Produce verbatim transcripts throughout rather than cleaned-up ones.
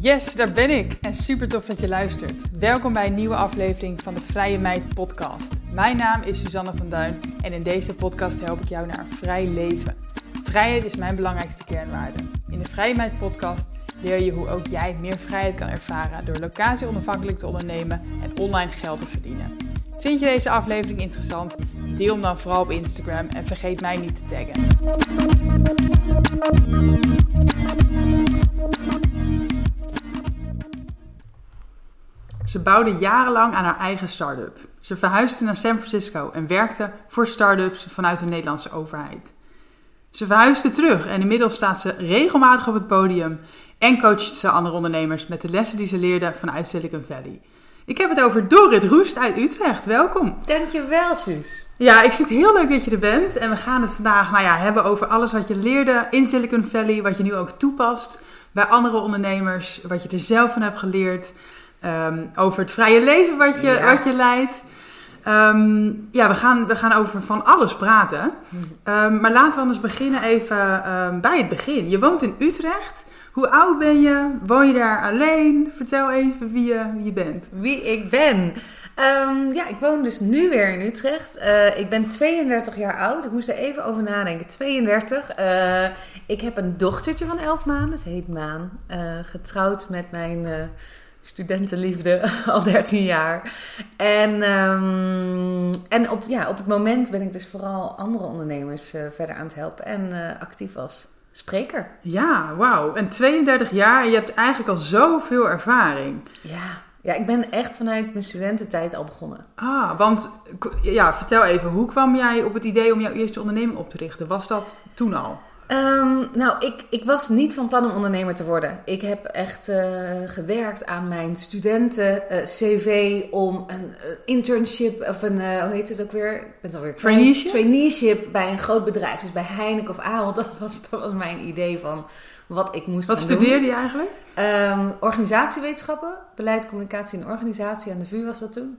Yes, daar ben ik. En super tof dat je luistert. Welkom bij een nieuwe aflevering van de Vrije Meid podcast. Mijn naam is Suzanne van Duin en in deze podcast help ik jou naar een vrij leven. Vrijheid is mijn belangrijkste kernwaarde. In de Vrije Meid podcast leer je hoe ook jij meer vrijheid kan ervaren door locatie onafhankelijk te ondernemen en online geld te verdienen. Vind je deze aflevering interessant? Deel hem dan vooral op Instagram en vergeet mij niet te taggen. Ze bouwde jarenlang aan haar eigen start-up. Ze verhuisde naar San Francisco en werkte voor start-ups vanuit de Nederlandse overheid. Ze verhuisde terug en inmiddels staat ze regelmatig op het podium en coacht ze andere ondernemers met de lessen die ze leerde vanuit Silicon Valley. Ik heb het over Dorrit Roest uit Utrecht. Welkom. Dankjewel, Suus. Ja, ik vind het heel leuk dat je er bent. En we gaan het vandaag nou ja, hebben over alles wat je leerde in Silicon Valley, wat je nu ook toepast bij andere ondernemers, wat je er zelf van hebt geleerd. Um, over het vrije leven wat je, ja. wat je leidt. Um, ja, we gaan, we gaan over van alles praten. Um, maar laten we anders beginnen even um, bij het begin. Je woont in Utrecht. Hoe oud ben je? Woon je daar alleen? Vertel even wie je, wie je bent. Wie ik ben? Um, ja, ik woon dus nu weer in Utrecht. Uh, ik ben tweeëndertig jaar oud. Ik moest er even over nadenken. tweeëndertig. Uh, ik heb een dochtertje van elf maanden. Ze heet Maan. Uh, getrouwd met mijn... Uh, studentenliefde al dertien jaar. En, um, en op, ja, op het moment ben ik dus vooral andere ondernemers uh, verder aan het helpen. En uh, actief als spreker. Ja, wauw. En tweeëndertig jaar en je hebt eigenlijk al zoveel ervaring. Ja, ja, ik ben echt vanuit mijn studententijd al begonnen. Ah, want ja, vertel even. Hoe kwam jij op het idee om jouw eerste onderneming op te richten? Was dat toen al? Um, nou, ik, ik was niet van plan om ondernemer te worden. Ik heb echt uh, gewerkt aan mijn studenten-C V uh, om een uh, internship, of een, uh, hoe heet het ook weer? Ik ben het alweer traineeship? Traineeship bij een groot bedrijf. Dus bij Heineken of Ahold. Dat was, dat was mijn idee van wat ik moest Wat gaan studeerde doen. je eigenlijk? Um, organisatiewetenschappen, beleid, communicatie en organisatie aan de V U was dat toen.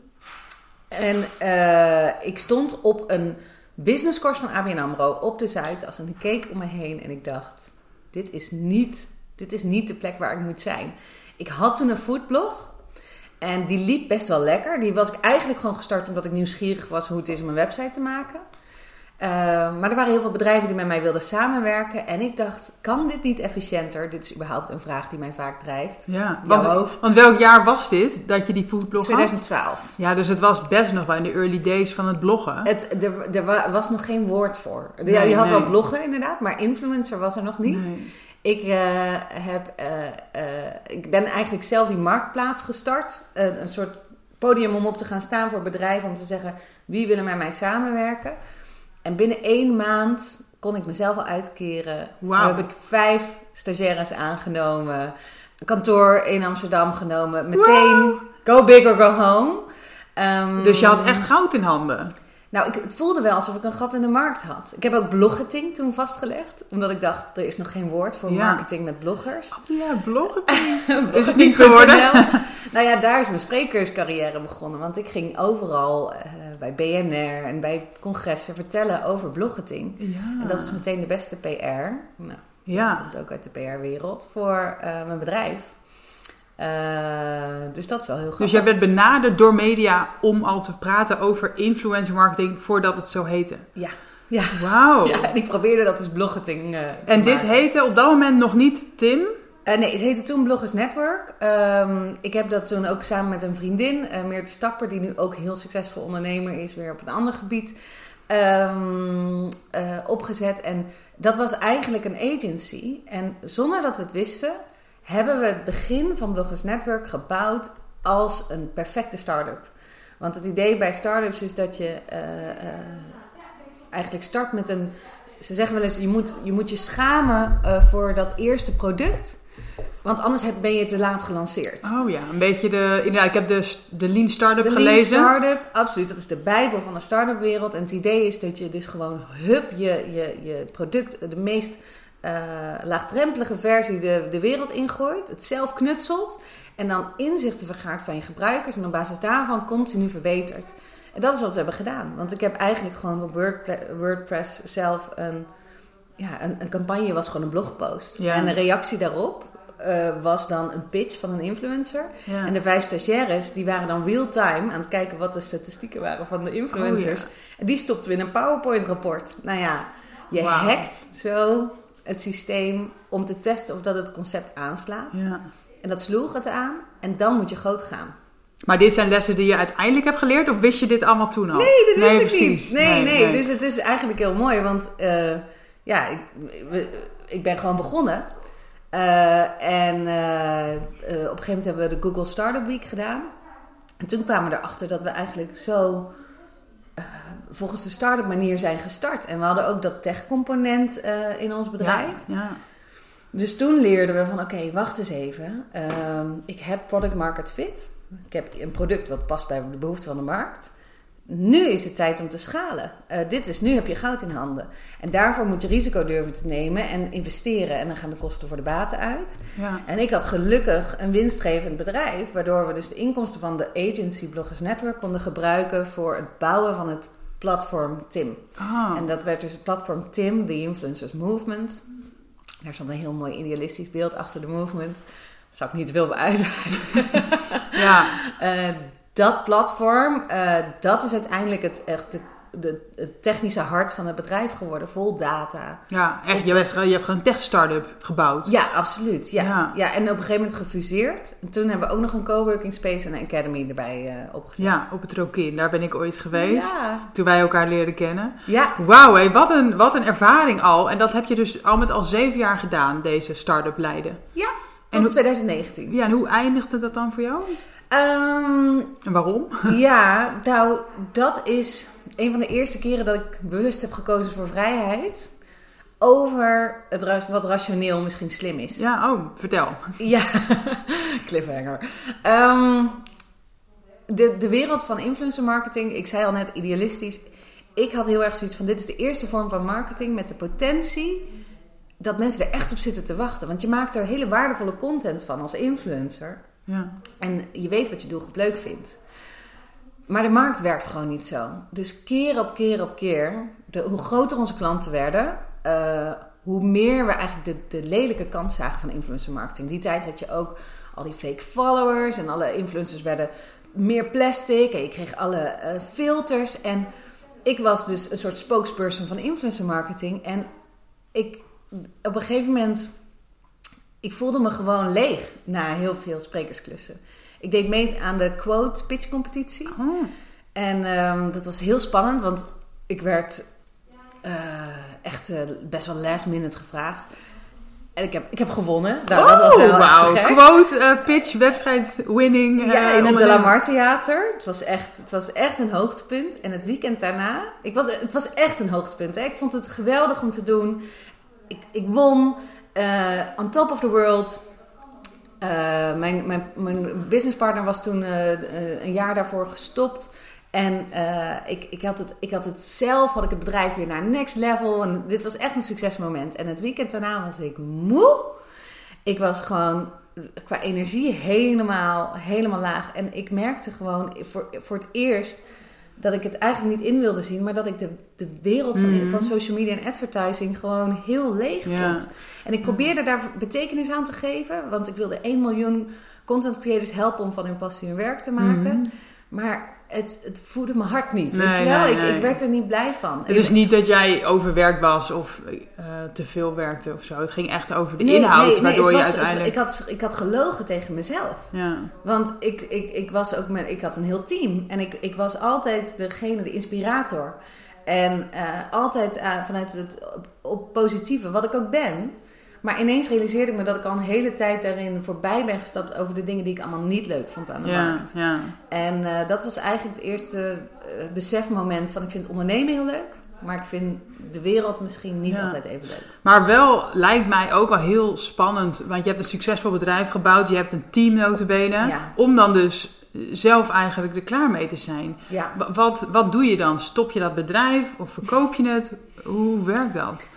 En uh, ik stond op een businesscourse van A B N AMRO op de Zuid als een keek om me heen en ik dacht, dit is niet, dit is niet de plek waar ik moet zijn. Ik had toen een foodblog en die liep best wel lekker. Die was ik eigenlijk gewoon gestart omdat ik nieuwsgierig was hoe het is om een website te maken. Uh, maar er waren heel veel bedrijven die met mij wilden samenwerken en ik dacht, kan dit niet efficiënter? Dit is überhaupt een vraag die mij vaak drijft. Ja, want, want welk jaar was dit dat je die foodblog had? twintig twaalf. Ja, dus het was best nog wel in de early days van het bloggen. Het, er, er was nog geen woord voor. Nee, ja, je had nee. wel bloggen inderdaad, maar influencer was er nog niet. Nee. Ik, uh, heb, uh, uh, ik ben eigenlijk zelf die marktplaats gestart. Uh, een soort podium om op te gaan staan voor bedrijven om te zeggen wie willen met mij samenwerken. En binnen één maand kon ik mezelf al uitkeren. Wow. Dan heb ik vijf stagiaires aangenomen. Een kantoor in Amsterdam genomen. Meteen wow. Go big or go home. Um, dus je had echt goud in handen. Nou, ik, het voelde wel alsof ik een gat in de markt had. Ik heb ook bloggeting toen vastgelegd. Omdat ik dacht, er is nog geen woord voor ja. marketing met bloggers. Oh ja, bloggeting. Is het niet geworden? Nou ja, daar is mijn sprekerscarrière begonnen. Want ik ging overal uh, bij B N R en bij congressen vertellen over bloggeting. Ja. En dat is meteen de beste P R. Nou, ja. dat komt ook uit de P R-wereld voor uh, mijn bedrijf. Uh, dus dat is wel heel grappig. Dus jij werd benaderd door media om al te praten over influencer marketing voordat het zo heette? Ja. Ja. Wauw. Ja, en ik probeerde dat dus bloggeting uh, En dit maken. Heette op dat moment nog niet Tim? Uh, nee, het heette toen Bloggers Network. Um, ik heb dat toen ook samen met een vriendin, uh, Meerte Stapper, die nu ook heel succesvol ondernemer is, weer op een ander gebied, um, uh, opgezet. En dat was eigenlijk een agency. En zonder dat we het wisten, hebben we het begin van Bloggers Network gebouwd als een perfecte start-up. Want het idee bij start-ups is dat je uh, uh, eigenlijk start met een... Ze zeggen wel eens, je moet je, moet je schamen uh, voor dat eerste product. Want anders heb, ben je te laat gelanceerd. Oh ja, een beetje de... Inderdaad, ik heb de, de Lean Startup de gelezen. De Lean Startup, absoluut. Dat is de bijbel van de start-up wereld. En het idee is dat je dus gewoon hup je, je, je product, de meest uh, laagdrempelige versie de, de wereld ingooit. Het zelf knutselt. En dan inzichten vergaart van je gebruikers. En op basis daarvan continu verbetert. En dat is wat we hebben gedaan. Want ik heb eigenlijk gewoon op WordPress zelf een... Ja, een, een campagne was gewoon een blogpost. Ja. En een reactie daarop... Uh, uh, was dan een pitch van een influencer. Ja. En de vijf stagiaires, die waren dan real-time aan het kijken wat de statistieken waren van de influencers. Oh, ja. En die stopten we in een PowerPoint-rapport. Nou ja, je wow. hackt zo het systeem om te testen of dat het concept aanslaat. Ja. En dat sloeg het aan. En dan moet je groot gaan. Maar dit zijn lessen die je uiteindelijk hebt geleerd? Of wist je dit allemaal toen al? Nee, dat wist nee, ik precies. niet. Nee, nee, nee. Dus het is eigenlijk heel mooi. Want uh, ja, ik, ik ben gewoon begonnen. Uh, en uh, uh, op een gegeven moment hebben we de Google Startup Week gedaan. En toen kwamen we erachter dat we eigenlijk zo uh, volgens de start-up manier zijn gestart. En we hadden ook dat tech-component uh, in ons bedrijf. Ja, ja. Dus toen leerden we van oké, okay, wacht eens even. Uh, ik heb product market fit. Ik heb een product wat past bij de behoeften van de markt. Nu is het tijd om te schalen. Uh, dit is, nu heb je goud in handen. En daarvoor moet je risico durven te nemen en investeren. En dan gaan de kosten voor de baten uit. Ja. En ik had gelukkig een winstgevend bedrijf. Waardoor we dus de inkomsten van de agency Bloggers Network konden gebruiken voor het bouwen van het platform Tim. Oh. En dat werd dus het platform Tim, The Influencers Movement. Daar stond een heel mooi idealistisch beeld achter de movement. Dat zou ik niet te veel uitweiden. Ja. Uh, dat platform, uh, dat is uiteindelijk het, echt de, de, het technische hart van het bedrijf geworden. Vol data. Ja, echt. Je hebt, je hebt gewoon een tech-startup gebouwd. Ja, absoluut. Ja. Ja. Ja, en op een gegeven moment gefuseerd. En toen hebben we ook nog een coworking space en een academy erbij uh, opgezet. Ja, op het Rokin. Daar ben ik ooit geweest. Ja. Toen wij elkaar leerden kennen. Ja. Wauw, hé, wat, een, wat een ervaring al. En dat heb je dus al met al zeven jaar gedaan, deze start-up leiden. Ja, tot en twintig negentien. Ja, en hoe eindigde dat dan voor jou? Um, en waarom? Ja, nou, dat is een van de eerste keren dat ik bewust heb gekozen voor vrijheid. Over het wat rationeel misschien slim is. Ja, oh, vertel. Ja, cliffhanger. Um, de, de wereld van influencer marketing, ik zei al net idealistisch. Ik had heel erg zoiets van, dit is de eerste vorm van marketing met de potentie dat mensen er echt op zitten te wachten. Want je maakt er hele waardevolle content van als influencer. Ja. En je weet wat je doelgroep leuk vindt. Maar de markt werkt gewoon niet zo. Dus keer op keer op keer, de, hoe groter onze klanten werden, uh, hoe meer we eigenlijk de, de lelijke kant zagen van influencer marketing. Die tijd had je ook al die fake followers en alle influencers werden meer plastic en je kreeg alle uh, filters. En ik was dus een soort spokesperson van influencer marketing. En ik op een gegeven moment, ik voelde me gewoon leeg na heel veel sprekersklussen. Ik deed mee aan de quote pitch competitie. Oh. En um, dat was heel spannend, want ik werd uh, echt uh, best wel last minute gevraagd. En ik heb, ik heb gewonnen. Nou, oh, dat was wel wow. Quote, uh, pitch, wedstrijd, winning. Uh, ja, in het De La Mar Theater. Het was, echt, het was echt een hoogtepunt. En het weekend daarna, ik was, het was echt een hoogtepunt. Hè? Ik vond het geweldig om te doen. Ik, ik won. Uh, on top of the world. Uh, mijn, mijn, mijn businesspartner was toen uh, uh, een jaar daarvoor gestopt. En uh, ik, ik, had het, ik had het zelf, had ik het bedrijf weer naar next level. En dit was echt een succesmoment. En het weekend daarna was ik moe. Ik was gewoon qua energie helemaal, helemaal laag. En ik merkte gewoon voor, voor het eerst dat ik het eigenlijk niet in wilde zien. Maar dat ik de, de wereld van, mm. van social media en advertising gewoon heel leeg vond. Ja. En ik probeerde daar betekenis aan te geven. Want ik wilde één miljoen content creators helpen om van hun passie hun werk te maken. Mm. Maar het, het voedde mijn hart niet. Nee, weet je wel? Nee, ik, nee. ik werd er niet blij van. Het is niet dat jij overwerkt was of uh, te veel werkte of zo. Het ging echt over de nee, inhoud. Nee, waardoor nee, je was, uiteindelijk... Het, ik, had, ik had gelogen tegen mezelf. Ja. Want ik, ik, ik, was ook met, ik had een heel team. En ik, ik was altijd degene, de inspirator. En uh, altijd uh, vanuit het op, op positieve, wat ik ook ben. Maar ineens realiseerde ik me dat ik al een hele tijd daarin voorbij ben gestapt over de dingen die ik allemaal niet leuk vond aan de ja, markt. Ja. En uh, dat was eigenlijk het eerste uh, besefmoment van ik vind ondernemen heel leuk. Maar ik vind de wereld misschien niet ja. altijd even leuk. Maar wel lijkt mij ook wel heel spannend. Want je hebt een succesvol bedrijf gebouwd. Je hebt een team notabene. Ja. Om dan dus zelf eigenlijk er klaar mee te zijn. Ja. Wat, wat doe je dan? Stop je dat bedrijf of verkoop je het? Hoe werkt dat?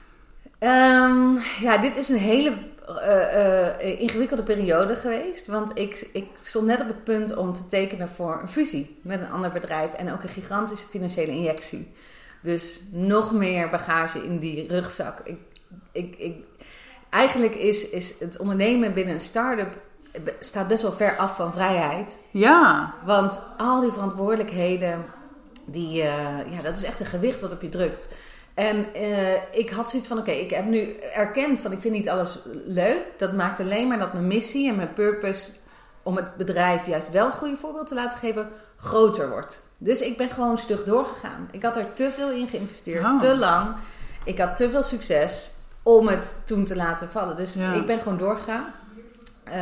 Um, ja, dit is een hele uh, uh, ingewikkelde periode geweest. Want ik, ik stond net op het punt om te tekenen voor een fusie met een ander bedrijf. En ook een gigantische financiële injectie. Dus nog meer bagage in die rugzak. Ik, ik, ik, eigenlijk is, is het ondernemen binnen een start-up staat best wel ver af van vrijheid. Ja. Want al die verantwoordelijkheden, die, uh, ja, dat is echt een gewicht wat op je drukt. En uh, ik had zoiets van, oké, okay, ik heb nu erkend van ik vind niet alles leuk. Dat maakt alleen maar dat mijn missie en mijn purpose om het bedrijf juist wel het goede voorbeeld te laten geven, groter wordt. Dus ik ben gewoon stug doorgegaan. Ik had er te veel in geïnvesteerd, oh. te lang. Ik had te veel succes om het toen te laten vallen. Dus ja. ik ben gewoon doorgegaan. Uh,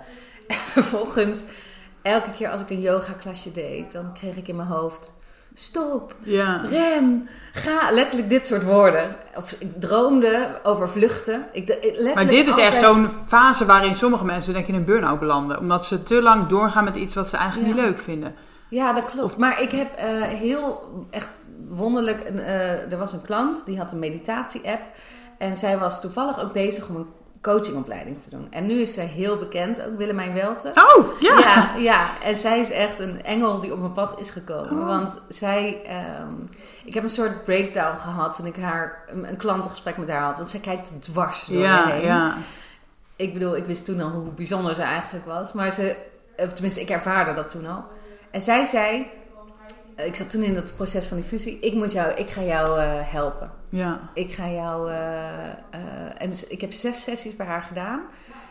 en vervolgens, elke keer als ik een yoga klasje deed, dan kreeg ik in mijn hoofd, stop, ja. ren, ga. Letterlijk dit soort woorden. Of ik droomde over vluchten. Ik, letterlijk maar dit is altijd... echt zo'n fase waarin sommige mensen denk ik in een burn-out belanden. Omdat ze te lang doorgaan met iets wat ze eigenlijk ja. niet leuk vinden. Ja, dat klopt. Maar ik heb uh, heel echt wonderlijk... Uh, er was een klant, die had een meditatie-app. En zij was toevallig ook bezig om een coachingopleiding te doen. En nu is zij heel bekend, ook Willemijn Welten. Oh, ja. Ja, ja. En zij is echt een engel die op mijn pad is gekomen. Oh. Want zij... Um, ik heb een soort breakdown gehad toen ik haar een, een klantengesprek met haar had. Want zij kijkt dwars door ja, me heen. Ja. Ik bedoel, ik wist toen al hoe bijzonder ze eigenlijk was. Maar ze... Of tenminste, ik ervaarde dat toen al. En zij zei... Ik zat toen in het proces van die fusie. Ik moet jou, ik ga jou uh, helpen. Ja. Ik ga jou... Uh, uh, en ik heb zes sessies bij haar gedaan.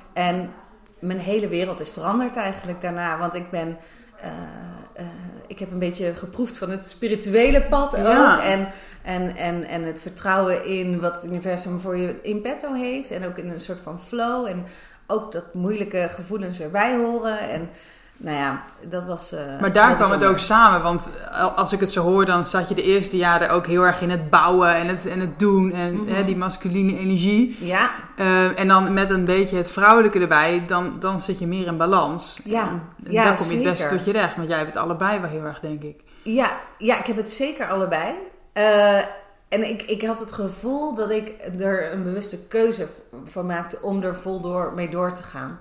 En mijn hele wereld is veranderd eigenlijk daarna. Want ik ben... Uh, uh, ik heb een beetje geproefd van het spirituele pad ook. Ja. En, en, en, en het vertrouwen in wat het universum voor je in petto heeft. En ook in een soort van flow. En ook dat moeilijke gevoelens erbij horen. En... Nou ja, dat was... Uh, maar daar kwam het ook samen. Want als ik het zo hoor, dan zat je de eerste jaren ook heel erg in het bouwen en het, en het doen. En mm-hmm. hè, die masculine energie. Ja. Uh, en dan met een beetje het vrouwelijke erbij, dan, dan zit je meer in balans. Ja, en, en ja dan kom je zeker. het beste tot je recht. Want jij hebt het allebei wel heel erg, denk ik. Ja, ja ik heb het zeker allebei. Uh, en ik, ik had het gevoel dat ik er een bewuste keuze voor maakte om er vol door, mee door te gaan.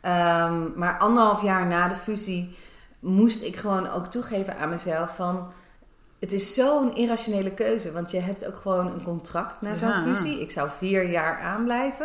Um, maar anderhalf jaar na de fusie moest ik gewoon ook toegeven aan mezelf van... Het is zo'n irrationele keuze. Want je hebt ook gewoon een contract na zo'n ja, fusie. Ik zou vier jaar aanblijven.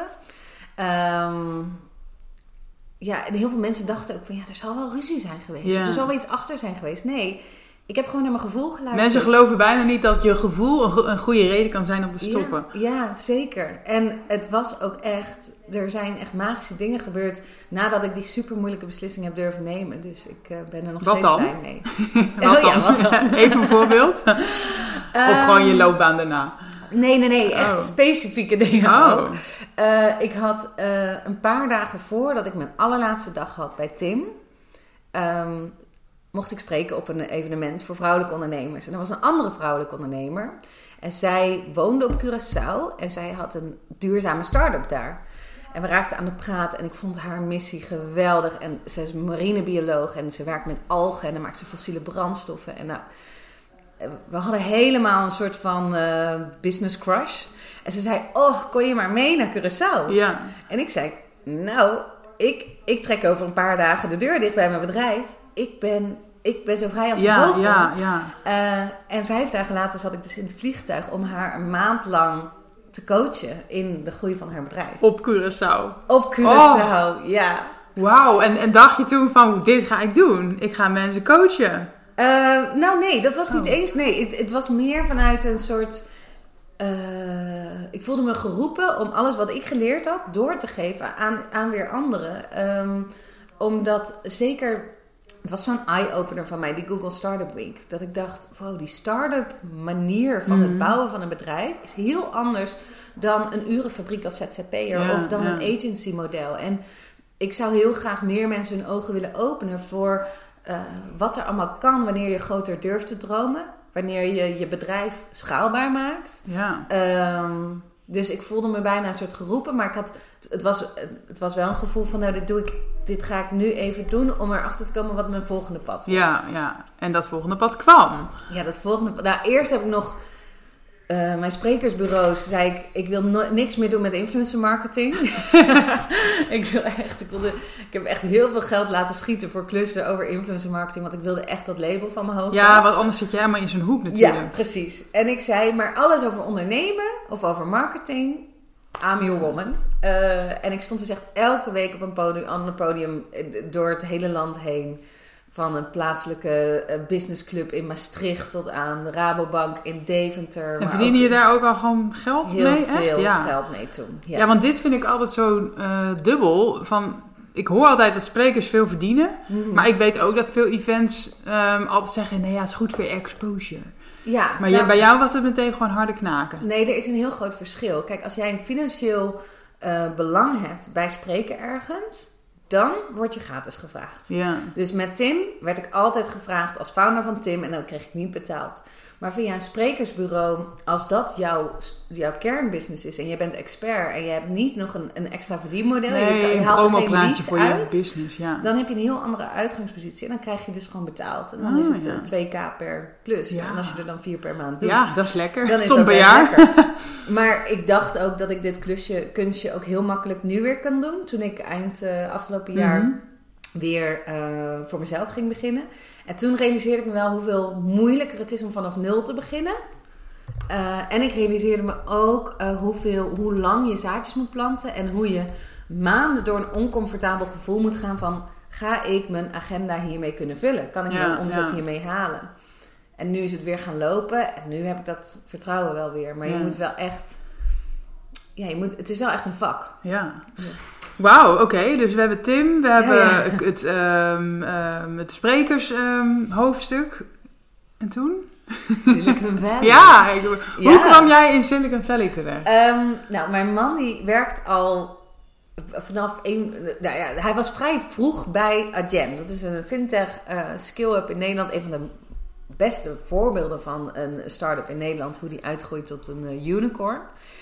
Um, ja, en heel veel mensen dachten ook van... Ja, er zal wel ruzie zijn geweest. Ja. Of er zal wel iets achter zijn geweest. Nee, ik heb gewoon naar mijn gevoel geluisterd. Mensen geloven bijna niet dat je gevoel een goede reden kan zijn om te stoppen. Ja, ja, zeker. En het was ook echt... Er zijn echt magische dingen gebeurd nadat ik die super moeilijke beslissing heb durven nemen. Dus ik uh, ben er nog wat steeds dan? blij mee. wat oh, dan? Ja, wat dan? Even een voorbeeld. um, of gewoon je loopbaan daarna? Nee, nee, nee. Echt oh. specifieke dingen oh. ook. Uh, ik had uh, een paar dagen voordat ik mijn allerlaatste dag had bij Tim... Um, mocht ik spreken op een evenement voor vrouwelijke ondernemers. En er was een andere vrouwelijke ondernemer. En zij woonde op Curaçao. En zij had een duurzame start-up daar. En we raakten aan de praat. En ik vond haar missie geweldig. En ze is marinebioloog. En ze werkt met algen. En dan maakt ze fossiele brandstoffen. En nou, we hadden helemaal een soort van uh, business crush. En ze zei, oh, kon je maar mee naar Curaçao? Ja. En ik zei, nou, ik, ik trek over een paar dagen de deur dicht bij mijn bedrijf. Ik ben, ik ben zo vrij als een ja, vogel. Ja, ja. Uh, en vijf dagen later zat ik dus in het vliegtuig om haar een maand lang te coachen in de groei van haar bedrijf. Op Curaçao. Op Curaçao, oh. ja. Wauw, en, en dacht je toen van, dit ga ik doen? Ik ga mensen coachen. Uh, nou nee, dat was niet oh. eens. Nee, het, het was meer vanuit een soort... Uh, ik voelde me geroepen om alles wat ik geleerd had door te geven aan, aan weer anderen. Um, omdat zeker... Het was zo'n eye-opener van mij, die Google Startup Week. Dat ik dacht, wow, die start-up manier van mm. het bouwen van een bedrijf is heel anders dan een urenfabriek als Z Z P'er ja, of dan ja. een agency model. En ik zou heel graag meer mensen hun ogen willen openen voor uh, wat er allemaal kan wanneer je groter durft te dromen. Wanneer je je bedrijf schaalbaar maakt. Ja. Um, dus ik voelde me bijna een soort geroepen. Maar ik had, het, was, het was wel een gevoel van, nou, dit doe ik, dit ga ik nu even doen om erachter te komen wat mijn volgende pad wordt. Ja, ja. En dat volgende pad kwam. Ja, dat volgende pad. Nou, eerst heb ik nog uh, mijn sprekersbureaus. Zei ik, ik wil no- niks meer doen met influencer marketing. ik wil echt, ik wilde, ik heb echt heel veel geld laten schieten voor klussen over influencer marketing. Want ik wilde echt dat label van mijn hoofd. Ja, want anders zit je helemaal in zo'n hoek natuurlijk. Ja, precies. En ik zei, maar alles over ondernemen of over marketing, I'm your woman. Uh, en ik stond dus echt elke week op een podium, ander podium door het hele land heen. Van een plaatselijke uh, businessclub in Maastricht tot aan de Rabobank in Deventer. En verdiende je daar ook al gewoon geld heel mee? Heel echt? veel Ja. geld mee toen. Ja. ja, want dit vind ik altijd zo uh, dubbel. Van, ik hoor altijd dat sprekers veel verdienen. Mm-hmm. Maar ik weet ook dat veel events um, altijd zeggen... nee, ja, het is goed voor je exposure. Ja, maar nou, je, bij jou was het meteen gewoon harde knaken. Nee, er is een heel groot verschil. Kijk, als jij een financieel uh, belang hebt bij spreken ergens... dan word je gratis gevraagd. Ja. Dus met Tim werd ik altijd gevraagd als founder van Tim... en dan kreeg ik niet betaald. Maar via een sprekersbureau, als dat jouw, jouw kernbusiness is... en je bent expert en je hebt niet nog een, een extra verdienmodel... Nee, je, je een haalt er geen promoplaatje voor uit, je business, ja. Dan heb je een heel andere uitgangspositie... en dan krijg je dus gewoon betaald. En dan oh, is het ja. twee k per klus. Ja. En als je er dan vier per maand doet... Ja, dat is lekker. Dan is Ton dat per best jaar. lekker. Maar ik dacht ook dat ik dit klusje, kunstje ook heel makkelijk nu weer kan doen. Toen ik eind uh, afgelopen jaar... Mm-hmm. weer uh, voor mezelf ging beginnen. En toen realiseerde ik me wel hoeveel moeilijker het is om vanaf nul te beginnen. Uh, en ik realiseerde me ook uh, hoeveel, hoe lang je zaadjes moet planten. En hoe je maanden door een oncomfortabel gevoel moet gaan van... ga ik mijn agenda hiermee kunnen vullen? Kan ik ja, mijn omzet ja. hiermee halen? En nu is het weer gaan lopen. En nu heb ik dat vertrouwen wel weer. Maar ja. je moet wel echt... Ja, je moet, het is wel echt een vak. Ja. ja. Wauw, oké. Okay. Dus we hebben Tim, we hebben ja, ja. het, um, um, het sprekershoofdstuk. Um, en toen? Silicon Valley. ja, ik, hoe ja. kwam jij in Silicon Valley terecht? Um, nou, mijn man die werkt al vanaf een... Nou ja, hij was vrij vroeg bij Adyen. Dat is een fintech uh, skill-up in Nederland. Een van de beste voorbeelden van een start-up in Nederland. Hoe die uitgroeit tot een uh, unicorn.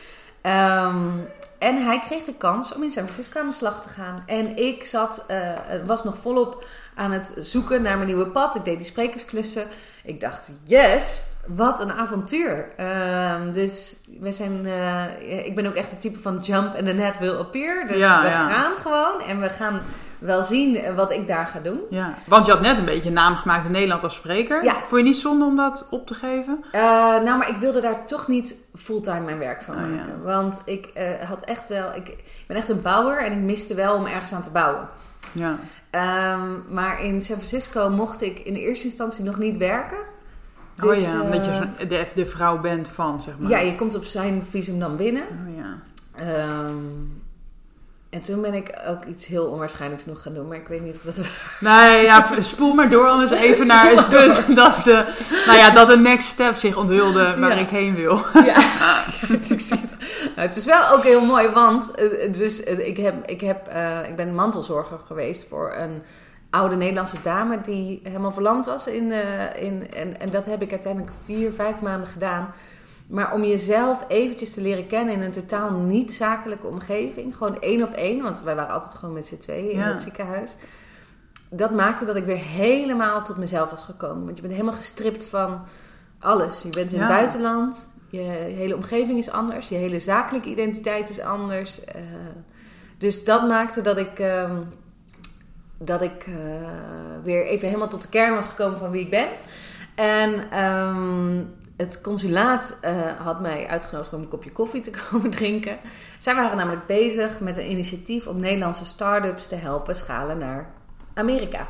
Um, en hij kreeg de kans om in San Francisco aan de slag te gaan. En ik zat, uh, was nog volop aan het zoeken naar mijn nieuwe pad. Ik deed die sprekersklussen. Ik dacht, yes, wat een avontuur. Um, dus we zijn, uh, ik ben ook echt het type van jump and the net will appear. Dus ja, we ja. gaan gewoon en we gaan wel zien wat ik daar ga doen. Ja, want je had net een beetje een naam gemaakt in Nederland als spreker. Ja. Vond je niet zonde om dat op te geven? Uh, nou, maar ik wilde daar toch niet fulltime mijn werk van maken. Oh, ja. Want ik uh, had echt wel... Ik, ik ben echt een bouwer en ik miste wel om ergens aan te bouwen. Ja. Um, maar in San Francisco mocht ik in eerste instantie nog niet werken. Dus, oh ja, omdat je zo de, de vrouw bent van, zeg maar. Ja, je komt op zijn visum dan binnen. Oh ja. Um, en toen ben ik ook iets heel onwaarschijnlijks nog gaan doen. Maar ik weet niet of dat... Nee, ja, spoel maar door anders even naar het punt dat de, nou ja, dat de next step zich onthulde waar ja. ik heen wil. Ja, het, ik zie het. Nou, het is wel ook heel mooi, want dus, ik, heb, ik, heb, uh, ik ben mantelzorger geweest voor een oude Nederlandse dame die helemaal verlamd was. In, uh, in, en, en dat heb ik uiteindelijk vier, vijf maanden gedaan. Maar om jezelf eventjes te leren kennen in een totaal niet zakelijke omgeving. Gewoon één op één. Want wij waren altijd gewoon met z'n tweeën in ja. het ziekenhuis. Dat maakte dat ik weer helemaal tot mezelf was gekomen. Want je bent helemaal gestript van alles. Je bent in ja. het buitenland. Je hele omgeving is anders. Je hele zakelijke identiteit is anders. Uh, dus dat maakte dat ik... Uh, dat ik uh, weer even helemaal tot de kern was gekomen van wie ik ben. En... Um, Het consulaat uh, had mij uitgenodigd om een kopje koffie te komen drinken. Zij waren namelijk bezig met een initiatief om Nederlandse start-ups te helpen schalen naar Amerika.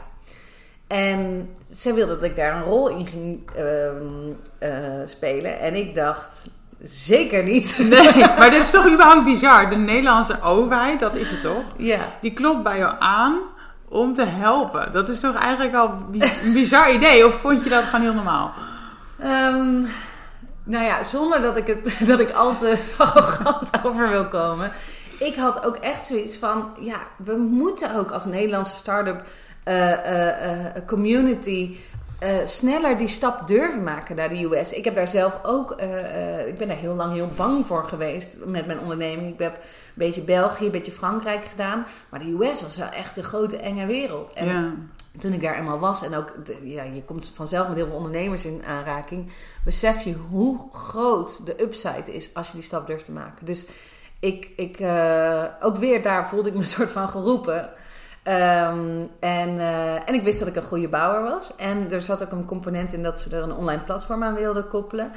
En zij wilde dat ik daar een rol in ging uh, uh, spelen. En ik dacht, zeker niet. Nee, maar dit is toch überhaupt bizar. De Nederlandse overheid, dat is het toch? Ja. Die klopt bij jou aan om te helpen. Dat is toch eigenlijk al een bizar idee? Of vond je dat gewoon heel normaal? Um, nou ja, zonder dat ik, het, dat ik al te arrogant over wil komen. Ik had ook echt zoiets van... Ja, we moeten ook als Nederlandse start-up uh, uh, uh, community... Uh, sneller die stap durven maken naar de U S. Ik heb daar zelf ook... Uh, uh, ik ben daar heel lang heel bang voor geweest met mijn onderneming. Ik heb een beetje België, een beetje Frankrijk gedaan. Maar de U S was wel echt de grote enge wereld. En ja. toen ik daar eenmaal was... en ook, de, ja, je komt vanzelf met heel veel ondernemers in aanraking... besef je hoe groot de upside is als je die stap durft te maken. Dus ik, ik uh, ook weer daar voelde ik me een soort van geroepen... Um, en, uh, en ik wist dat ik een goede bouwer was. En er zat ook een component in dat ze er een online platform aan wilden koppelen.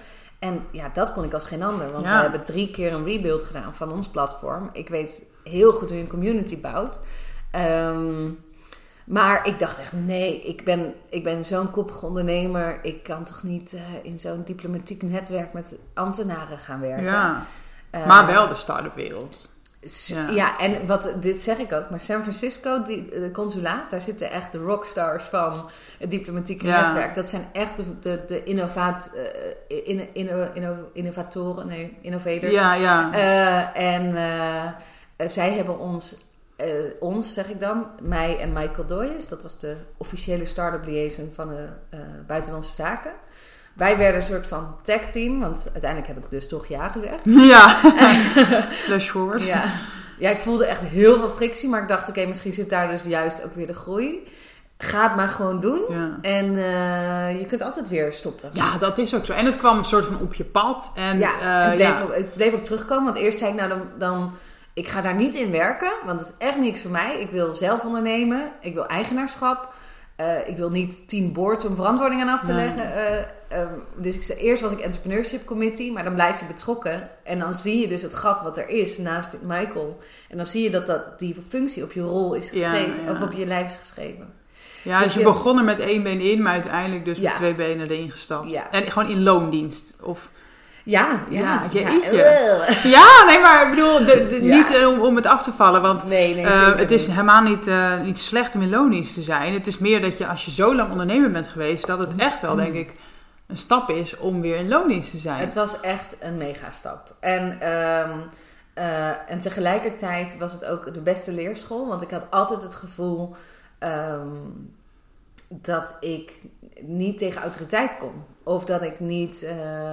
En ja, dat kon ik als geen ander. Want Ja. we hebben drie keer een rebuild gedaan van ons platform. Ik weet heel goed hoe je een community bouwt. Um, maar ik dacht echt, nee, ik ben, ik ben zo'n koppige ondernemer. Ik kan toch niet uh, in zo'n diplomatiek netwerk met ambtenaren gaan werken. Ja. Uh, Maar wel de start-up wereld. Ja. ja, en wat, dit zeg ik ook, maar San Francisco, die, de consulaat, daar zitten echt de rockstars van het diplomatieke ja. netwerk. Dat zijn echt de, de, de innovaat, uh, in, in, in, innovatoren, nee, innovators. Ja, ja. Uh, en uh, zij hebben ons, uh, ons zeg ik dan, mij en Michael Doyes, dat was de officiële start-up liaison van de uh, Buitenlandse Zaken. Wij werden een soort van tag team, want uiteindelijk heb ik dus toch ja gezegd. Ja, flash forward. Ja. ja, ik voelde echt heel veel frictie, maar ik dacht, oké, okay, misschien zit daar dus juist ook weer de groei. Ga het maar gewoon doen. Ja. En uh, je kunt altijd weer stoppen. Ja, dat is ook zo. En het kwam een soort van op je pad. En, ja, uh, het, bleef ja. ook, het bleef ook terugkomen. Want eerst zei ik, nou dan, dan... Ik ga daar niet in werken, want het is echt niks voor mij. Ik wil zelf ondernemen. Ik wil eigenaarschap. Uh, ik wil niet tien boards om verantwoording aan af te nee. leggen. Uh, um, dus ik zei, eerst was ik entrepreneurship committee, maar dan blijf je betrokken. En dan zie je dus het gat wat er is naast Michael. En dan zie je dat, dat die functie op je rol is geschreven, ja, ja. of op je lijf is geschreven. Ja, dus, dus je, je begon er met één been in, maar uiteindelijk dus ja. met twee benen erin gestapt. Ja. En gewoon in loondienst. Of... Ja, ja, ja, jeetje. Ja, ja, nee, maar ik bedoel, de, de, ja. niet uh, om, om het af te vallen, want nee, nee, uh, het is niet. helemaal niet, uh, niet slecht om in loondienst te zijn. Het is meer dat je, als je zo lang ondernemer bent geweest, dat het echt wel, denk ik, een stap is om weer in loondienst te zijn. Het was echt een megastap. En, um, uh, en tegelijkertijd was het ook de beste leerschool, want ik had altijd het gevoel um, dat ik niet tegen autoriteit kon. Of dat ik niet... Uh,